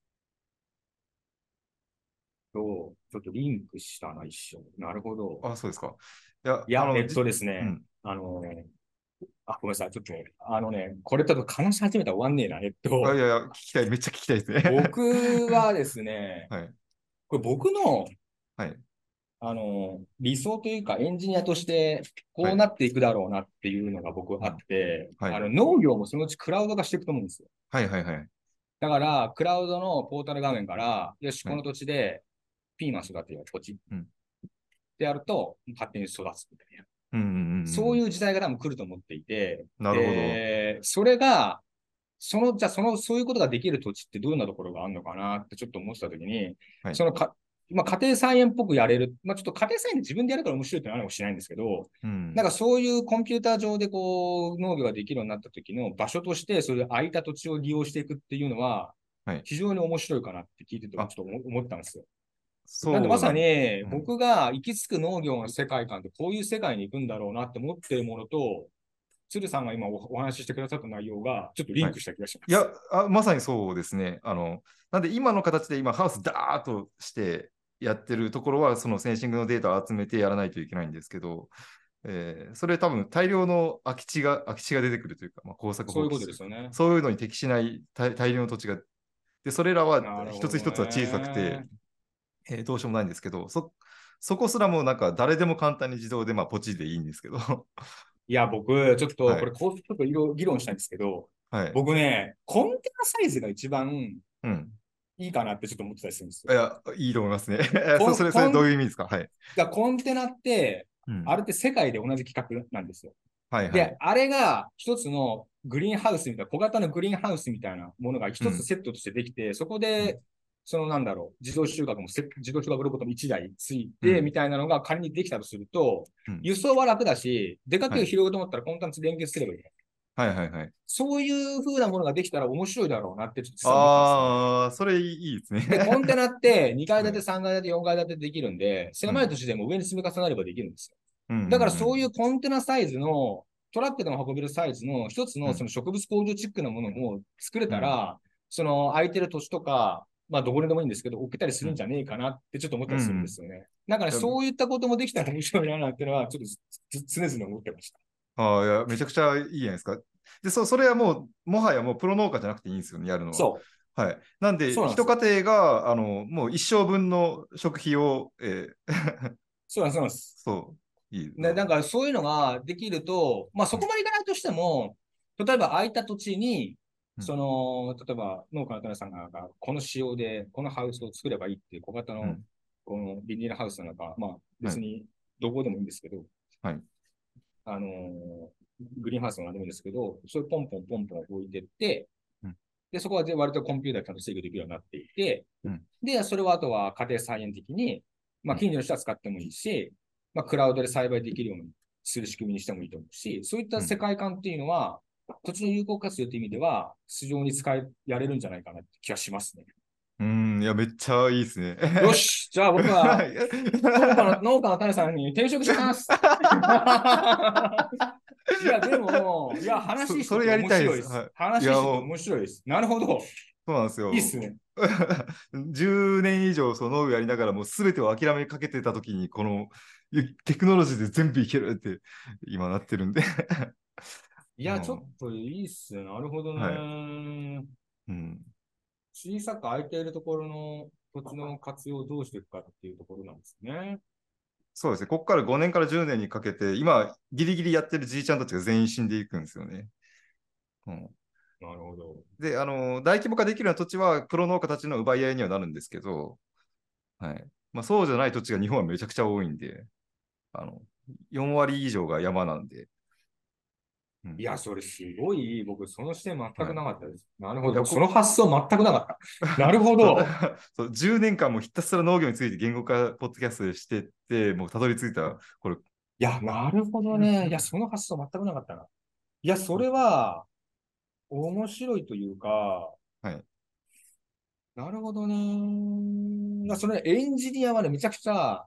と、ちょっとリンクしたな、一緒。なるほど。 あ、そうですか。いや、 いや、ですね、 うん。 ごめんなさい、ちょっと、これちょっと話し始めたら終わんねえな。 いやいや、聞きたい、めっちゃ聞きたいですね。 僕はですね、 はい。 これ僕の、 はい。 理想というかエンジニアとしてこうなはい。 っていくだろうなっていうのが僕あっうん。 て、 はい。 農業もそのうちクラウド化していくと思うんですよ。 はい。はい。はい。 だから、クラウドのポータル画面から、よし、 はい。 この土地でピーマン育てよう、ポチっうん。 てやると、勝手に育つみたいな。 うん。うん。うん。 そういう時代が多分来ると思っていて、 なるほど。 で、それが、じゃあそういうことができる土地ってどんなところがあるのかなってちょっと思ってたときに、 はい。 そのか、家庭菜園っぽくやれる。ちょっと家庭菜園で自分でやるから面白いってのはあるかもしれないんですけど、 うん。 なんかそういうコンピューター上でこう、農業ができるようになった時の場所として、それで空いた土地を利用していくっていうのは、 はい。 非常に面白いかなって聞いてて、ちょっあ、 と思ったんですよ。なんでまさにそうなん。うん。 僕が行き着く農業の世界観ってこういう世界に行くんだろうなって思ってるものと、鶴さんが今お話ししてくださった内容がちょっとリはい。 ンクした気がしまいや、 す。 まさにそうですね。なんで今の形で今ハウスダーッとしてやってるところは、そのセンシングのデータを集めてやらないといけないんですけど、それ多分大量の空き地が出てくるというか、耕作そういうこ放棄する。 とですよね。 そういうのに適しない大量の土地が、で、それらはなるほど一つ一つは小さくて、 ね。 どうしようもないんですけど、そこすらもなんか誰でも簡単に自動でポチでいいんですけど。 いや、僕、ちょっと、 はい。 これ、ちょっと議論したいんですけど、 はい。 僕ね、コンテナサイズが一番うん。 いいかなってちょっと思ってたりするんですよ。 いや、いいと思いますね。 コン、 それどうコン、 いう意味ですか？はい。 コンテナって、 うん。 あれって世界で同じ規格なんですよ。で、 はいはい。 あれが一つのグリーンハウスみたいな、小型のグリーンハウスみたいなものが一つうん。 セットとしてできて、そこうん。 で、自動収穫ロボットも1台ついて、 うん。 みたいなのが仮にできたとすると、 うん。 輸送は楽だし、出かけをはい。 拾おうと思ったらコンテナツ連結すればいい。 はいはいはい。 そういう風なものができたら面白いだろうなってちょっと実は思ってますね。 ああ、それいいですね。 で、コンテナって2階建て、 はい。 3階建て、4階建てできるんで、 うん。 狭い土地でも上に積み重なればできるんですよ。 うんうだからそういうんコンテナサイズの、トラックでも運べるサイズの一つうん。 のその植物工場チックなものも作れうん。 たら、その空いてる土地とか、まあどこにでもいいんですけど、置けたりすうん。 るんじゃねえかなってちょっと思ったりするんでうん。 すよね。だからいや、 そういったこともできたら面白いななんていうのは、ちょっと常々思ってました。 いや、めちゃくちゃいいじゃないですか。で、それはもう、もはやもうプロ農家じゃなくていいんですよね、やるのは。 そう。 はい。なんで、 そうなんですよ。 一家庭が、もう一生分の食費を、 そうなんです。そうなんです。 そう、いいね、 な。 なんかそういうのができると、まあそうん。 こまでいかないとしても、例えば空いた土地に、 うん。 例えば農家の種さんが、この仕様でこのハウスを作ればいいっていう小型の、 うん。 このビニールハウスなのか、まあはい。 別にどこでもいいんですけど、 はい。 あのーグリーンハウスの何でもいいんですけど、そういうポンポンポンポン置いてって、 うん。 で、そこは割とコンピューターでちゃんと制御できるようになっていて、 うん。 で、それはあとは家庭菜園的に、まあ、 うん。 近所の人は使ってもいいし、まあ、クラウドで栽培できるようにする仕組みにしてもいいと思うし、そういった世うん。 界観っていうのは、土地の有効活用という意味では、非常にやれるんじゃないかなって気がしますね。 うん、いや、めっちゃいいですね。 よし、じゃあ僕は農家の種さんに転職します。いや、でも、いや、話しそれやりてて面たいです。 白いです。 はい。いや、 話しててもう、 面白いです。なるほど。 そうなんですよ。 いいっすね。 10年以上その農業やりながらもう全てを諦めかけてた時にこのテクノロジーで全部いけるって今なってるんで。 いや、ちょっうん、 といいっすね。なるほどはい。 ね。 うん、 小さく空いているところの土地の活用をどうしていくかっていうところなんですね。 そうですね。ここから5年から10年にかけて今ギリギリやってるじいちゃんたちが全員死んでいくんですよね。うん、 なるほど。 で、大規模化できるような土地はプロ農家たちの奪い合いにはなるんですけど、はい。まあ、そうじゃない土地が日本はめちゃくちゃ多いんで、あの4割以上が山なんで、うん、 いや、それすごい、僕、その視点全くはい。 なかったです。なるほど。 いや、 僕、その発想全くなかった。なるほそうど。 そう10年間もひたすら農業について言語化、ポッドキャストでしてって、もうたどり着いた、これ。 いや、なるほどね。いや、その発想全くなかったな。いや、それは面白いというか、 はい。 なるほどね。いや、それエンジニアはね、めちゃくちゃ、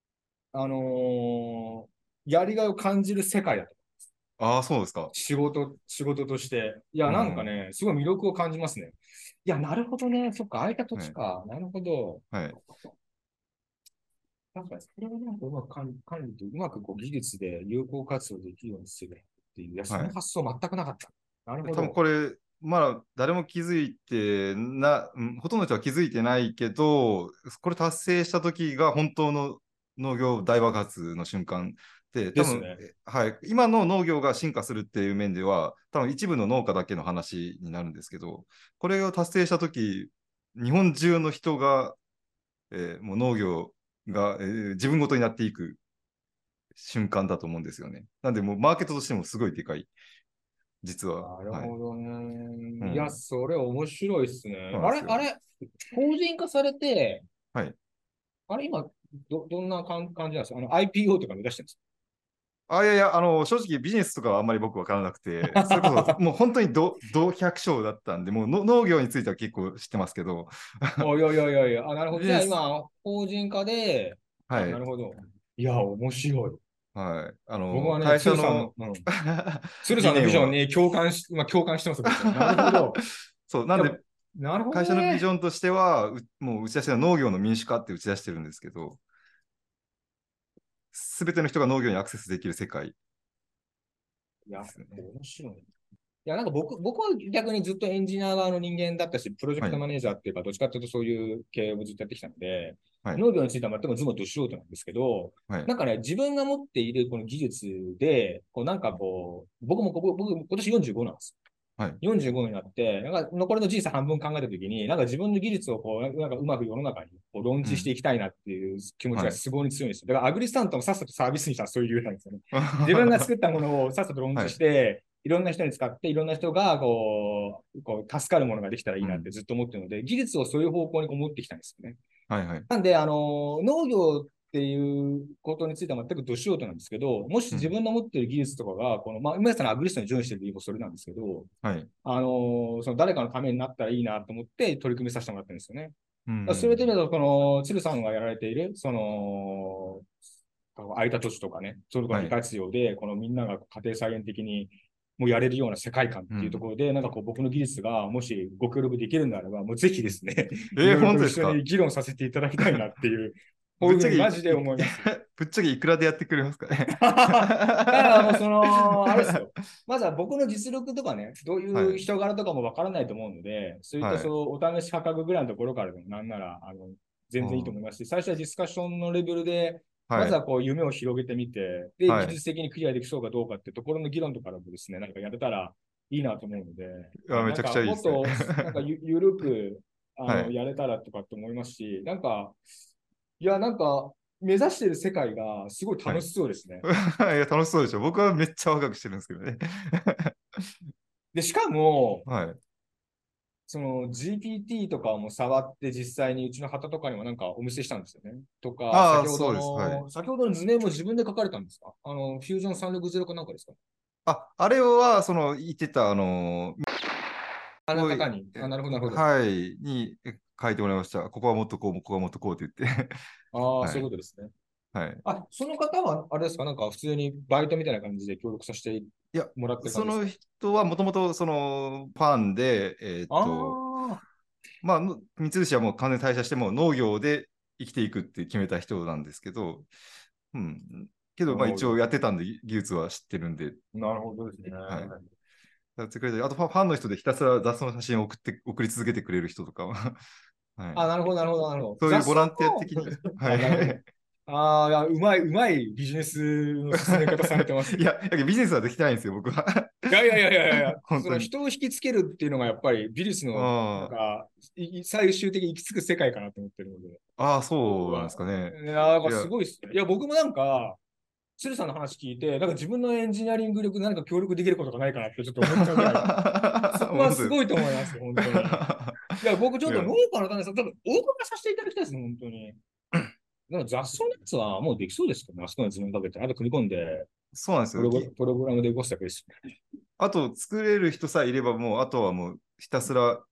やりがいを感じる世界だと。 ああ、そうですか。 仕事として。いや、なんかうん。 ね、すごい魅力を感じますね。いや、なるほどね。そっか、空いた土はい。 地か。なるほど。 はい。 確かに、それをなんかうまく管理と、うまくこう技術で有効活用できるようにするっていう。いや、そはい。 の発想全くなかった。なるで多分ほど。 これ、まだ誰も気づいてほとんどの人は気づいてないけど、これ達成した時が本当の農業大爆発の瞬間で、多分、 ですね。 はい、今の農業が進化するっていう面では、多分一部の農家だけの話になるんですけど、これを達成した時、日本中の人が、もう農業が、自分ごとになっていく瞬間だと思うんですよね。なんで、もうマーケットとしてもすごいでかい、実は。 なるはい。 ほどね。いや、 うん。 それ面白いっすね。 そうなんですよ。 法人化されて、 はい。 あれ、今、どんな感じなんですか？IPO とか目指してるんですいやいや、正直ビジネスとかはあんまり僕分からなくて、それこそか？ もう本当に百姓だったんで、もう農業については結構知ってますけど、 おいやいやいやいや、なるほど。じゃあビジネス、 今、法人化で、なはい、 るほど。いや、面白い。 はい、 僕はね、 会社の鶴さんのビジョン理念はに共感してます、僕は。なるほど。 そう、なんいや、 で、 なるほ会社のビジどね。 ョンとしては、もう打ち出してる農業の民主化って打ち出してるんですけど、すべての人が農業にアクセスできる世界でいや、 すよね。 面白い。いや、なんか僕は逆にずっとエンジニア側の人間だったし、プロジェクトはい、 マネージャーっていうか、どっちかっていうとそういう経営をずっとやってきたので、 はい、 農業については全くズボど素人なんですけど、 はい、 なんかね、自分が持っているこの技術で、こうなんかこう、僕今年45なんですはい、 よ。45になって、なんか残りの人生半分考えたときに、なんか自分の技術をこう、なんかうまく世の中にこうローンチしてうん、 いきたいなっていう気持ちはい。 がすごい強いんですよ。だからアグリスタントもさっさとサービスにしたらそういう理由なんですよね。自分が作ったものをさっさとローンチしはい、 て、いろんな人に使って、いろんな人がこう助かるものができたらいいうん、 なってずっと思ってるので、技術をそういう方向にこう持ってきたんですよね。 はい、はい、 なんで、農業っていうことについては全くど素人なんですけど、もし自分の持っている技術とかが、今やったらアグリストにジョインしてる理由もそれなんですけど、 はい。 その誰かのためになったらいいなと思って取り組みさせてもらってるんですよね。 うそれでん。 言うと、この、鶴さんがやられている、空いた土地とかね、そういうところはい。 に利活用で、このみんなが家庭菜園的にもうやれるような世界観っていうとうん。 ころで、なんかこう僕の技術がもしご協力できるんであれば、もうぜひですね、いろいろと一緒本当ですか？ に議論させていただきたいなっていう、こういうふうぶっちゃけにマジで思います。 ぶっちゃけいくらでやってくれますかね？ だからもうあれですよ。まずは僕の実力とかね、どういうはい。 人柄とかもわからないと思うので、そういったはい。 お試し価格ぐらいのところからでもなんなら、全然いいとうん。 思いますし、最初はディスカッションのレベルで、まはい。 ずはこう夢を広げてみて、で、 はい。 技術的にクリアできそうかどうかってところの議論とかでもですね、なんかやれたらいいなと思うので、 いや、めちゃくちなんかゃいいですね。 もっと、なんかゆるく、 はい。 やれたらとかって思いますし、なんか、いや、なんか、目指している世界がすごいはい。 楽しそうですね。 いや、楽しそうでしょ。僕はめっちゃワクワクしてるんですけどね。 で、しかも、 はい。 その GPT とかも触って実際にうちの旗とかにもなんかお見せしたんですよね。とか、 ああ、そうです。はい。 先ほどの図面も自分で書かれたんですか？フュージョン360かなんかですか？ あれは、言ってた、 あ、 こう、 方に。あ、なるほど、なるほど。 はい、書いてもらいました。ここはもっとこう、ここはもっとこうって言って。 ああ、 はい。 そういうことですね。 はい。 あ、その方は、あれですか？なんか普通にバイトみたいな感じで協力させていや、 もらってる感そのじですか？ 人はもともと、ファンで、 ああまあ、三菱はもう完全に退社して、もう農業で生きていくって決めた人なんですけど、うん。けー、 ど、まあ一応なるほど。 やってたんで、技術は知ってるんで、 なるほどですね。 はい。やってくれて、あとファンの人でひたすら雑草の写真を送り続けてくれる人とかは、はい。 あ、なるほど、なるほど、なるほど。 そういう雑草ボランティアも、 的に、はあ、なるほど。 い。 ああ、いやうまいビジネスの進め方されてますね。 いや、ビジネスはできてないんですよ、僕は。 いやいやいやいやいや、 本当に。 その人を引きつけるっていうのがやっぱり美術の、なんあか、最終的に行き着く世界かなと思ってるので。 あ、 僕は。 そうなんですかね。 いや、なんかすいや、 ごいっすね。いや、僕もなんか、鶴さんの話聞いて、なんか自分のエンジニアリング力何か協力できることがないかなってちょっと思っちゃうぐらい、そこは本当です。 すごいと思います、本当に。いや、僕ちょっと農いや、 家の種さん、多分お伺いさせていただきたいですね、本当に。でも雑草のやつはもうできそうですけどね、あそこに図面かけて、あと組み込んで、 そうなんですよ。 プログラムで動かすだけですね。 あと、作れる人さえいれば、もう、あとはもう、ひたすら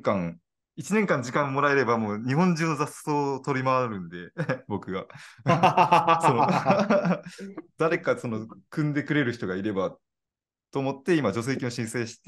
1年間時間もらえれば、もう、日本中の雑草を取り回るんで、僕が。その誰か、組んでくれる人がいればと思って、今、助成金を申請して、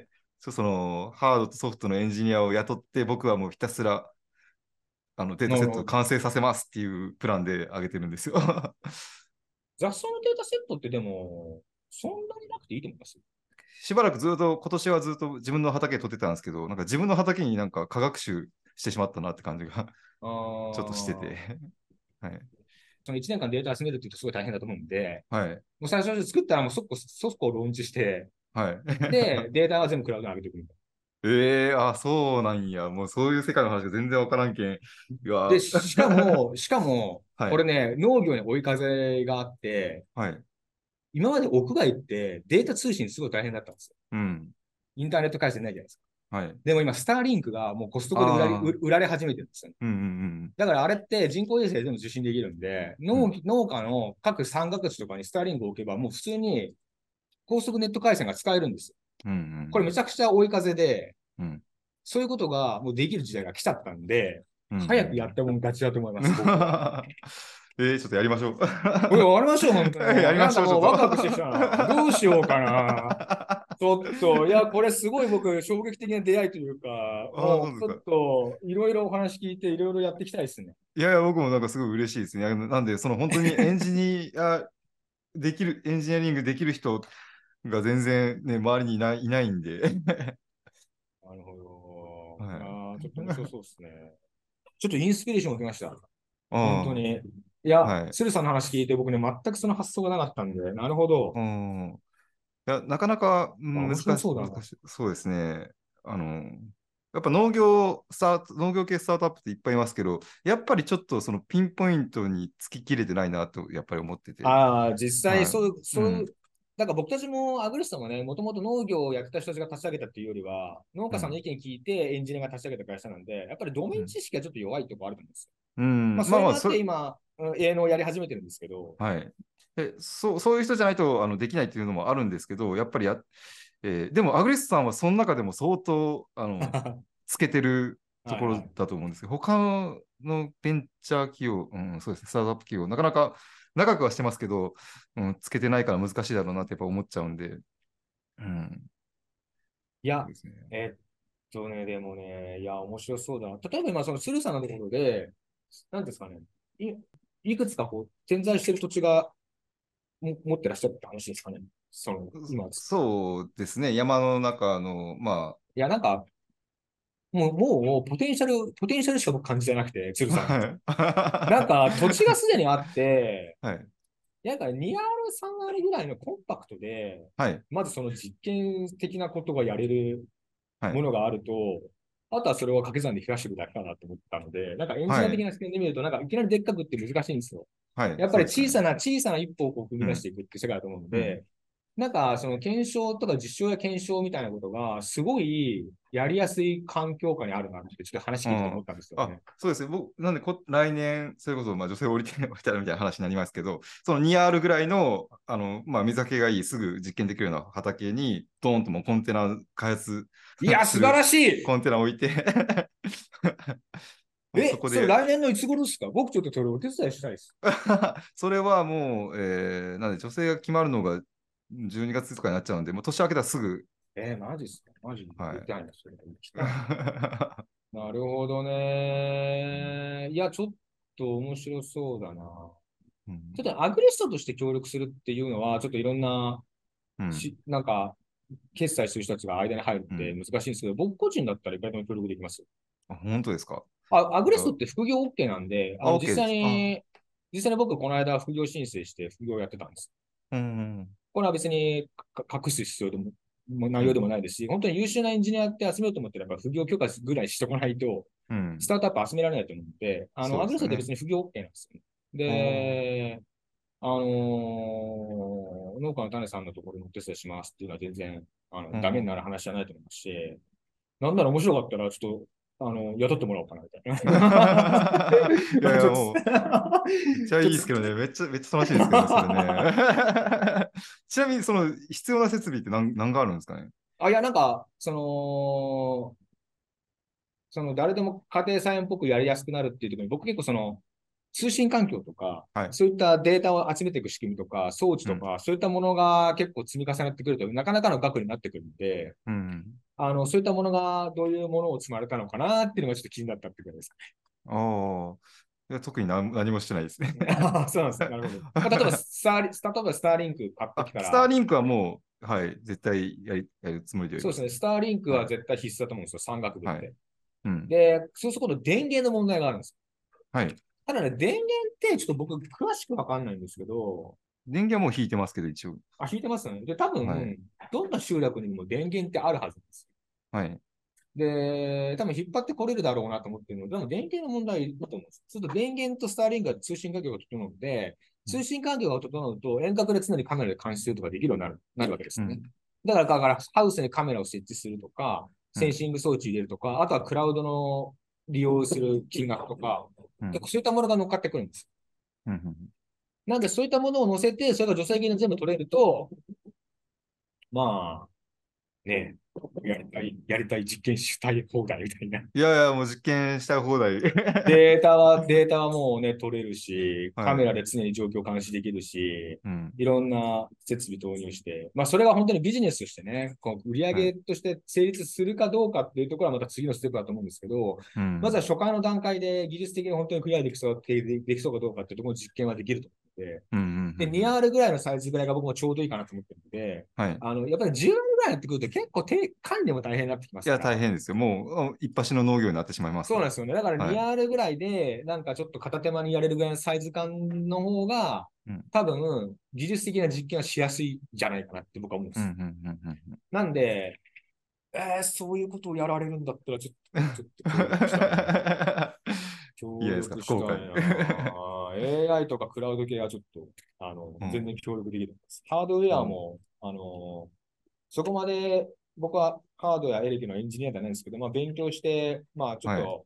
ハードとソフトのエンジニアを雇って、僕はもうひたすら、データセットをなるほど。 完成させますっていうプランで上げてるんですよ。 雑草のデータセットってでも、そんなになくていいと思います。 しばらくずっと、今年はずっと自分の畑取ってたんですけど、なんか自分の畑になんか科学習してしまったなって感じがあちょっとしてて。 ーはい。 その1年間データ集めるって言うとすごい大変だと思うんで、 はい。 もう最初に作ったらもう速攻ローンチして、 はい。 で、データは全部クラウドに上げてくる。 そうなんや。もうそういう世界の話が全然わからんけん。うで、 わ、 しかも、 はい。 これね、農業に追い風があって、 はい。 今まで屋外ってデータ通信すごい大変だったんですよ。 うん。 インターネット回線ないじゃないですか。 はい。 でも今、スターリンクがもうコストコでああ。 売られ始めてるんですよね。 うんうんだからあれって人工衛星でも受信できるんで、 うん。うん。 農家の各山岳地とかにスターリンクを置けば、もう普通に高速ネット回線が使えるんですよ。 うんうんこれめちゃくちゃ追い風で、 うん。 そういうことがもうできる時代が来ちゃったんで、 うんうんう早くやっん。 てもん勝ちだと思います、僕は。 ちょっとやりましょう。 これ終わりましょう、本当にもう。 やりましょう、ちょっと。 なんかもうワクワクしてきたな。どうしようかな。ちょっと、いや、これすごい僕、衝撃的な出会いというか、もうちょっそうですか。 と、いろいろお話聞いて、いろいろやっていきたいですね。 いやいや、僕もなんかすごい嬉しいですね。なんで、本当にエンジニアリングできる人が全然ね、周りにいないんで。 なるほど。いやはい。 ーちょっと面白そうですね。ちょっとインスピレーションを受けました。本当あに。いや、 あ、はい。 鶴さんの話聞いて僕ね、全くその発想がなかったんで、なるほど。 うん。いや、なかなか、 あ、面白そうだな。 難しい。そうですね。やっぱ農業系スタートアップっていっぱいいますけど、やっぱりちょっとそのピンポイントにつききれてないなと、やっぱり思ってて。 ああ、実際、 はい。うん。 なんか僕たちもアグリストもね、もともと農業をやってた人たちが立ち上げたっていうよりは、農家さんのうん。 意見聞いてエンジニアが立ち上げた会社なんで、やっぱりドメインうん。 知識がちょっと弱いところあると思うんですよ。 うん。 まあ、そまあまあ、 れもあって今、 営農をやり始めてるんですけど。 はい。そういう人じゃないとできないっていうのもあるんですけど、やっぱりでもアグリスさんはその中でも相当はつけてるところいはい。 だと思うんですけど、他のベンチャー企業、そうですね、スタートアップ企業、なかなか長くはしてますけど、つけてないから難しいだろうなってやっぱ思っちゃうんで、うん、 いや、 そうですね。 でもね、いや、面白そうだな。例えば今、その鶴さんのところで、なんですかね、い、いくつかこう、点在してる土地が持ってらっしゃるって話ですかね。今。いそうですね、山の中の、まや、なんか、もう、ポテンシャルしか僕感じてなくて、鶴あ、 さんに。なんはか、土地がすでにあって、 い、はい、 なんか 2R、3R ぐらいのコンパクトで、 はい、 まずその実験的なことがやれるはい、 ものがあると、あとはそれを掛け算で増やしていくだけかなと思ったので、なんかエンジニア的はい、 な視点で見ると、なんかいきなりでっかくって難しいんですよ。 はい、 やっぱりそうですね。 小さな一歩をこう踏うん、 み出していくって世界だと思うのうん。 で、なんかその検証とか実証や検証みたいなことが、すごいやりやすい環境下にあるなってちょっと話聞いてて思ったんですよね。 そうですね。なんで来年、それこそ、女性を降りたらみたいな話になりますけど、その 2R ぐらいの、水はけがいい、すぐ実験できるような畑に、ドーンともうコンテナ開発いや、素晴するらしい。 コンテナ置いてもうそこそれで来年のいつ頃ですか？僕ちょっとそれお手伝いしたいです。 それはもう、なんで女性が決まるのが12月とかになっちゃうんで、もう年明けたらすぐ、 マジっすか？マジではい。 行きたいな、それ。行きたいな。なるほどね。いや、ちょっと面白そうだな。 うん、 ちょっとアグリストとして協力するっていうのは、ちょっといろんなうん、 なんか、決済する人たちが間に入るってうん。 難しいんですけど、僕個人だったらいくらでも協力できます。 本当ですか？ アグリストじゃって副業 OK なんで、 OK です。 実際に僕この間副業申請して副業やってたんです。 うん、 これは別に隠す必要でも内容でうん、 もないですし、本当に優秀なエンジニアって集めようと思ってやっぱ副業許可ぐらいしておかないと、 うん。 スタートアップ集められないと思うので、アグリストってそうですよね。 別に副業 OK なんですよ。 あーで、農家の種さんのところにお手伝いしますっていうのは全然、ダメになるうん。 話じゃないと思いますし、なんなら面白かったら、ちょっと、雇ってもらおうかな、みたいいやいな。ちや、 ょっと、 もめっちゃちょっいいですけどね。めっちゃ楽しいですけどね、それね。ちなみに、その必要な設備って何があるんですかね。 いや、なんか、誰でも家庭菜園っぽくやりやすくなるっていうところに、僕結構通信環境とか、 はい。 そういったデータを集めていく仕組みとか、装置うん。 とか、そういったものが結構積み重なってくると、なかなかの額になってくるので、 うん。 そういったものがどういうものを積まれたのかなっていうのがちょっと気になったってことですかああ。いや、特に何もしてないですね。 ね。そうなんですね。なるほど。例えばスターリンク買っときたスターら、 リンクはもう、はい、絶対やるつもりでやります。 そうですね。スターリンクはい。 は絶対必須だと思うんですよ。山岳部っはい。 て。 うん。 で、そうすると電源の問題があるんです。 はい。 ただね、電源ってちょっと僕詳しくわかんないんですけど、 電源はもう引いてますけど、一応。 引いてますよね。で、多はい。 分、どんな集落にも電源ってあるはずです。 はい。 で、多分引っ張ってこれるだろうなと思ってるので、でも電源の問題だと思うんです。ちょっと電源とスターリンクが通信環境が整うので、通信環境が整うと遠隔で常にカメラで監視するとかできるようになるわけですね。 うん。 だからハウスにカメラを設置するとか、 うん。 センシング装置入れるとか、あとはクラウドの利用する金額とか、 うん。 結構そういったものが乗っかってくるんです。 うん。 なんでそういったものを載せて、それが助成金で全部取れると、まあ、ね、やりたい実験したい放題みたいな。 いやいや、もう実験したい放題。 データはもうね、取れるし、カはい。 メラで常に状況監視できるし、 うん。 いろんな設備投入して、まあ、それが本当にビジネスとしてね、こう売はい。 上として成立するかどうかっていうところはまた次のステップだと思うんですけど、 うん。 まずは初回の段階で技術的に本当にクリアできそうかどうかっていうところの実験はできると思うので、 うん。うん。うで、 ん。 2R ぐらいのサイズぐらいが僕もちょうどいいかなと思ってるので、 はい。 やっぱり10R ぐらいになってくると結構管理も大変になってきまいや、大すから、 変ですよ。もう、一発の農業になってしまいますから。 そうなんですよね。だからはい。 2R ぐらいで、なんかちょっと片手間にやれるぐらいのサイズ感の方が、 うん。 多分、技術的な実験はしやすいんじゃないかなって僕は思うんでうん。うす。 ん。うん。うん。 なんで、そういうことをやられるんだったら、ちょっと協力したいな。 いいじゃ協ないですか、 力したい福岡で。 な。AI とかクラウド系はちょっと、全うん。 然協力できるんです。ハードウェうん。 アも、そこまで僕はハードやエレキのエンジニアじゃないんですけど、まあ勉強して、まあちょっはい。 と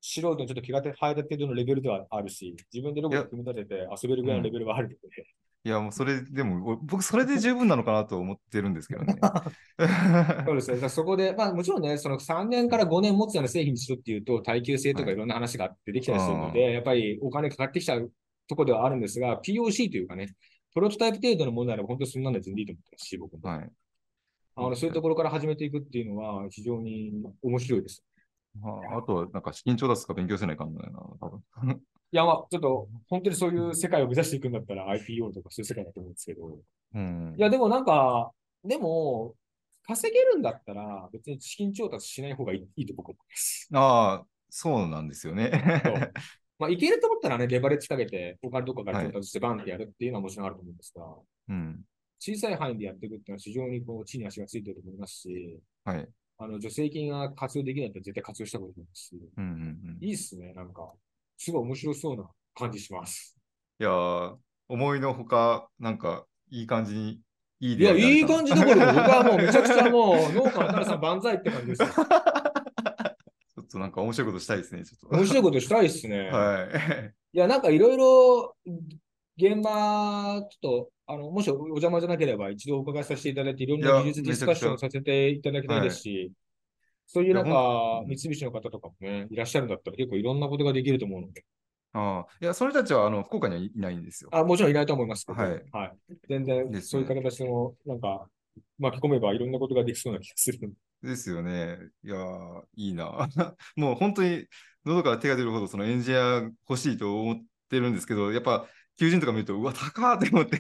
素人にちょっと気が生えた程度のレベルではあるし、自分でロいや、 ボット組み立てて遊べるぐらいのレベルはあるので。 いや、もうそれでも、僕、それで十分なのかなと思ってるんですけどね。 そうですね。だからそこで、まあもちろんね、その3年から5年持つような製品にしろっていうと、耐久性とはい。 かいろんな話があってできたりするのあで、やっぱりお金かかってきちゃうところではあるんですが、POC というかね、プロトタイプ程度のものなら本当にそんなんで全然いいと思ってますし、僕あ、 も。 はい。 そういうところから始めていくっていうのは非常に面白いです。 あとは、なんか資金調達とか勉強せないかんないな、多分。 いや、まあ、ちょっと、本当にそういう世界を目指していくんだったら IPO とかそういう世界だと思うんですけど。 ういや、 ん。 でもなんか、でも、稼げるんだったら、別に資金調達しない方がいいと僕は思います。 ああ、そうなんですよね。 そう。まあ、いけると思ったらね、レバレッジかけて、お金とかからはい。 調達してバンってやるっていうのはもちろんあると思うんですが、 うん。 小さい範囲でやっていくっていうのは非常にこう地に足がついてると思いますし、 はい。 助成金が活用できないと絶対活用した方がいいと思いますし、 うんうんうん。 いいっすね、なんか、すごい面白そうな感じします。 いやー、思いのほか、なんか、いい感じに、いいいや、 出会いになれたな。 いい感じどころか、僕はもうめちゃくちゃもう農家のタラさん万歳って感じですよ。 ちょっとなんか面白いことしたいですね、ちょっ面白いことしたいっすと。 ね。 はい。 いや、なんかいろいろ、現場、ちょっと、もしお邪魔じゃなければ一度お伺いさせていただいて、いろんいや、 な技術ディめちゃくちゃ、 スカッションさせていただきたいではい。いすし、そういうや、 なんか、三うん、 菱の方とかもね、いらっしゃるんだったら結構いろんなことができると思うので。 いや、それたちは、福岡にはいないんですよ。 もちろんいないと思いますけど、 はい。 はい。全然そういうですね。 形の、なんか、巻き込めばいろんなことができそうな気がする。 ですよね。いやー、いいな。もう本当に、喉から手が出るほど、そのエンジニア欲しいと思ってるんですけど、やっぱ、求人とか見ると、うわ、高ーって思って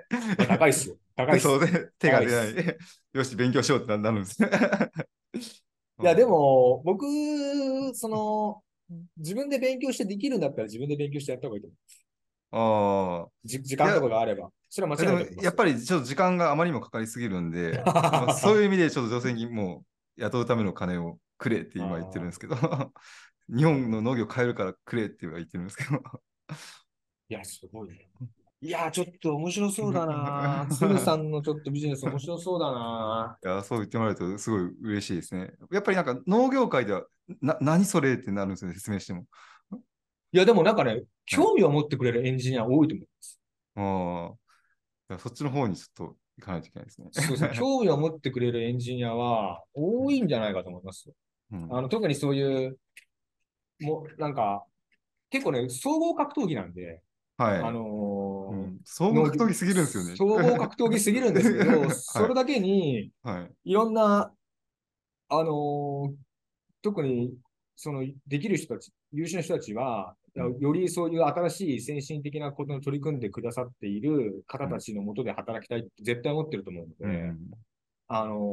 いや、高いっすよ。高いで、 っす。 そうで、手が出ない。 高いっす。 よし、勉強しようってなるんです。 いや、でうんも、僕、その、自分で勉強してできるんだったら自分で勉強してやった方がいいと思う。 ああ、 時間といや、 かがあれば。それは間違いでも、 ないと思いますよ。 やっぱりちょっと時間があまりにもかかりすぎるんで、まあ、そういう意味でちょっと女性にもう雇うための金をくれって今言ってるんですけど、日本の農業変えるからくれって言ってるんですけど。 いや、すごいね。いや、ちょっと面白そうだな。鶴さんのちょっとビジネス面白そうだな。 いや、そう言ってもらえるとすごい嬉しいですね。やっぱりなんか農業界では、何それってなるんですよね、説明しても。 いや、でもなんかね、 はい。 興味を持ってくれるエンジニア多いと思います。 ああ、いやそっちの方にちょっと行かないといけないですね。 そうですね。興味を持ってくれるエンジニアは多いんじゃないかと思いますよ。 うん、 特にそういう、なんか、結構ね、総合格闘技なんで、あはい。うのん、総合の格闘技すぎるんですよね。 総合格闘技すぎるんですけど、 はい。 それだけに、 はい。 いろんな、あのー特に、できる人たち、優秀な人たちは、 うん。 よりそういう新しい先進的なことに取り組んでくださっているうん。 方たちのもとで働きたいって絶対思ってると思うのうん。うで、 ん。 あの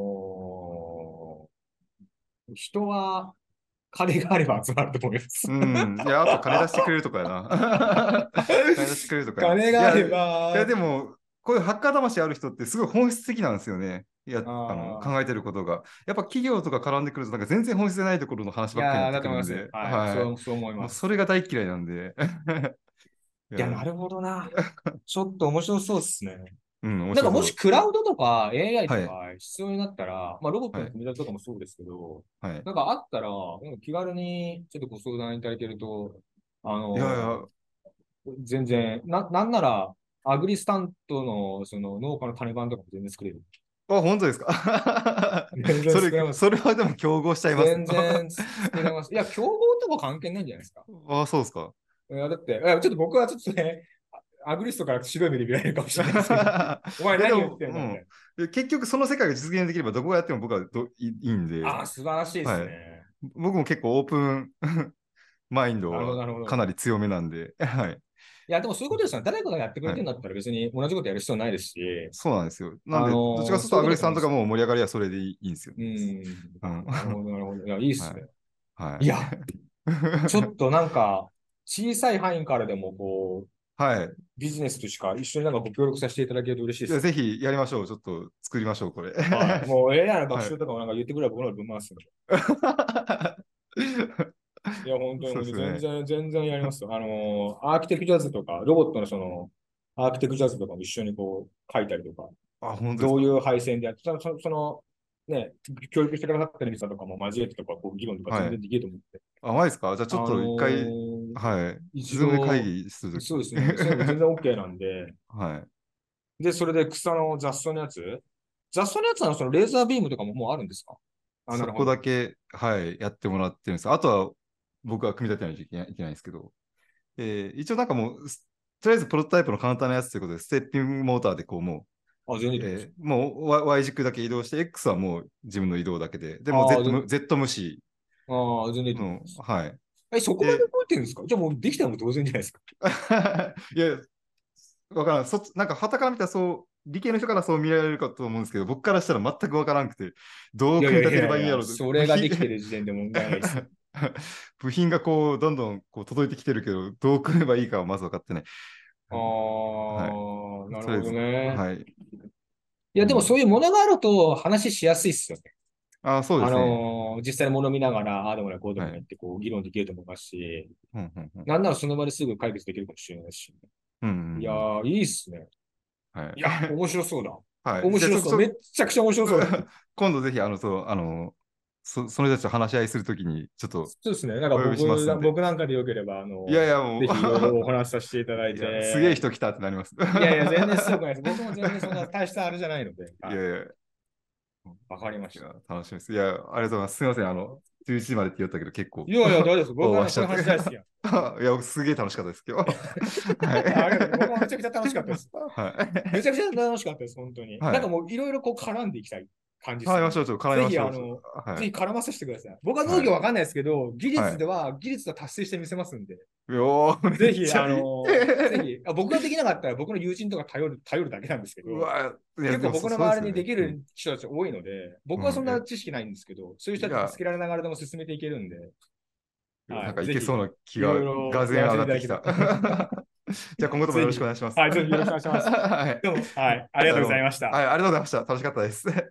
人は金があれば集まると思います。 うんいや、あと金出してくれるとかやな。金出してくれるとかや。 金があれば、 でも、こういうハッカー魂ある人ってすごい本質的なんですよね。いや、 あ考えてることが。やっぱ企業とか絡んでくると、なんか全然本質じゃないところの話ばっかりになってだと思います。 くるんで、 はい。 はそう思いい。もうます。 それが大嫌いなんで。いや、 なるほどな。ちょっと面白そうですね。 うん、面なんかもし白そう。 クラウドとか AI とはい、 か必要になったら、まあロボットはい、 の組み立てとかもそうですけど、 はい。 なんかあったら、気軽にちょっとご相談いただけると、あいやいのや、 全然、なんなら、アグリスタントのその農家の種番とかも全然作れる。 本当ですか？ 全然作れます。 それはでも競合しちゃいますよ。 全然作れます。いや、競合とか関係ないんじゃないですか。 そうですか。 いや、だって、ちょっと僕はちょっとね、アグリストから白い目で見られるかもしれないですけど、お前何言っでも、 てんだみたいな。 結局その世界が実現できればどこがやっても僕はいいんで、 素晴らしいですはい。 ね。 僕も結構オープンマインドなるほど、 はなるほど。 かなり強めなんで、はい。 いや、でもそういうことですよね。誰かがやってくれはい。 てるんだったら別に同じことやる必要ないですし、 そうなんですよ。なんで、どっちかというそういうことアグレとだと思うんですよ。 さんとかも盛り上がりはそれでいいんですようね。 ん。 うん。 なるほど、なるほど。いや、いいっすね。 はい。はいや、 い。 ちょっとなんか、小さい範囲からでも、 はい。 ビジネスとしか一緒になんかご協力させていただけると嬉しいでいや、 すね。 ぜひやりましょう。ちょっと作りましょう、これ。 はい。もう AI の学はい。 習とかもなんか言ってくれば僕の分回すんで。いや、本当に、本当にそうですね。 全然やりますよ。アーキテクチャズとか、ロボットのアーキテクチャズとかも一緒に書いたりとか、 本当ですか。 どういう配線でやって、その、 ね、教育してくださったりさとかも交えてとか、こう議論とか全はい。 然できると思って。 あ、マジですか？じゃあちょっと一回、はい。 一ズームで会度、 議するとき。 そうですね、それも全然 OK なんで、 はい。 で、それで草の雑草のやつ雑草のやつはそのレーザービームとかももうあるんですか？あ、なそこるほど。 だけ、はい、やってもらってるんです。あとは僕は組み立てないといけないんですけど、一応なんかもう、とりあえずプロトタイプの簡単なやつということで、ステッピングモーターでこうもあ、全然いいう、 と思います。 もう Y 軸だけ移動して、X はもう自分の移動だけで、でもああ、 Z 無視全然いいと思いの、 ます。 はい。 え、そこまでで、 動いてるんですか？じゃあもうできたのも当然じゃないですか。 いや、わからん。なんか、傍から見たらそう、理系の人からそう見られるかと思うんですけど、僕からしたら全くわからんくて、どういやいやい組み立てれやいや、 ばいいんやろうと、 それができてる時点で問題ないですよ。 部品がこう、どんどんこう届いてきてるけど、どう組めばいいかはまず分かってない。 あはい。 あ、なるほどとりあえず、 ね。 はい。 いや、でもうん。 そういうものがあると話しやすいっすよね。 あ、そうですね。 実際に物見ながら、ああでもない、こうでもはい。 ないってこう議論できると思いますし、 うん、うん、うん。 なんならその場ですぐ解決できるかもしれないし。 うん、うんうん。 いやー、いいっすね。 はい。 いや、面白そうだ。 はい。じゃあ、 面白そう。めっちゃくちゃ面白そうだ。 今度ぜひ、そう、その人たちと話し合いするときに、ちょっとそうですね。なんかお呼びしますんで。 僕なんかでよければ、 いやいや、もうぜひいろいろお話しさせていただいいや、すげえて、 人来たってなります。 いやいや、全然強くないです。僕も全然そんな大したあれじゃないので、はい。 いやいや、 わかりました。 いや、楽しみです。いや、ありがとうございます。すみません、11時までって言ったけど、結構いやいや、大丈夫です。僕はね、そういうオーバーしちゃって。 話大好きや。 いや、すげえ楽しかったです、今日。はありがとうございます。僕もめちゃい。 くちゃ楽しかったです。めちゃはい。 くちゃ楽しかったです、本当に。なんかはい。 もういろいろこう絡んでいきたい感じですね。 絡みましょう、ちょっと絡みぜひ、 ましょう。はい。 ぜひ絡ませてください。僕は農はい。 業わかんないですけど、 はい。 技術は達成してみせますんで。 よー、めぜひ、 っちゃいい。 ぜひ、僕ができなかったら僕の友人とか頼るだけなんですけど、 うわ、いや、 結構でも僕の周りにでそうですよね。うん。 きる人たち多いので、僕はそんうん。 な知識ないんですけど、そういう人たちにいや、 助けられながらでも進めていけるんで、はい、 なんかいぜひ、 けそうな気いろが、 いろがぜんやらせていただきたい。 上がってきた。じゃあ今後ともよろしくおぜひ、 願いします。 はい、ぜひよろしくお願いします。 はい。 どうも、はい、ありがとうございどうも。 ました。 はい、ありがとうございました。楽しかったです。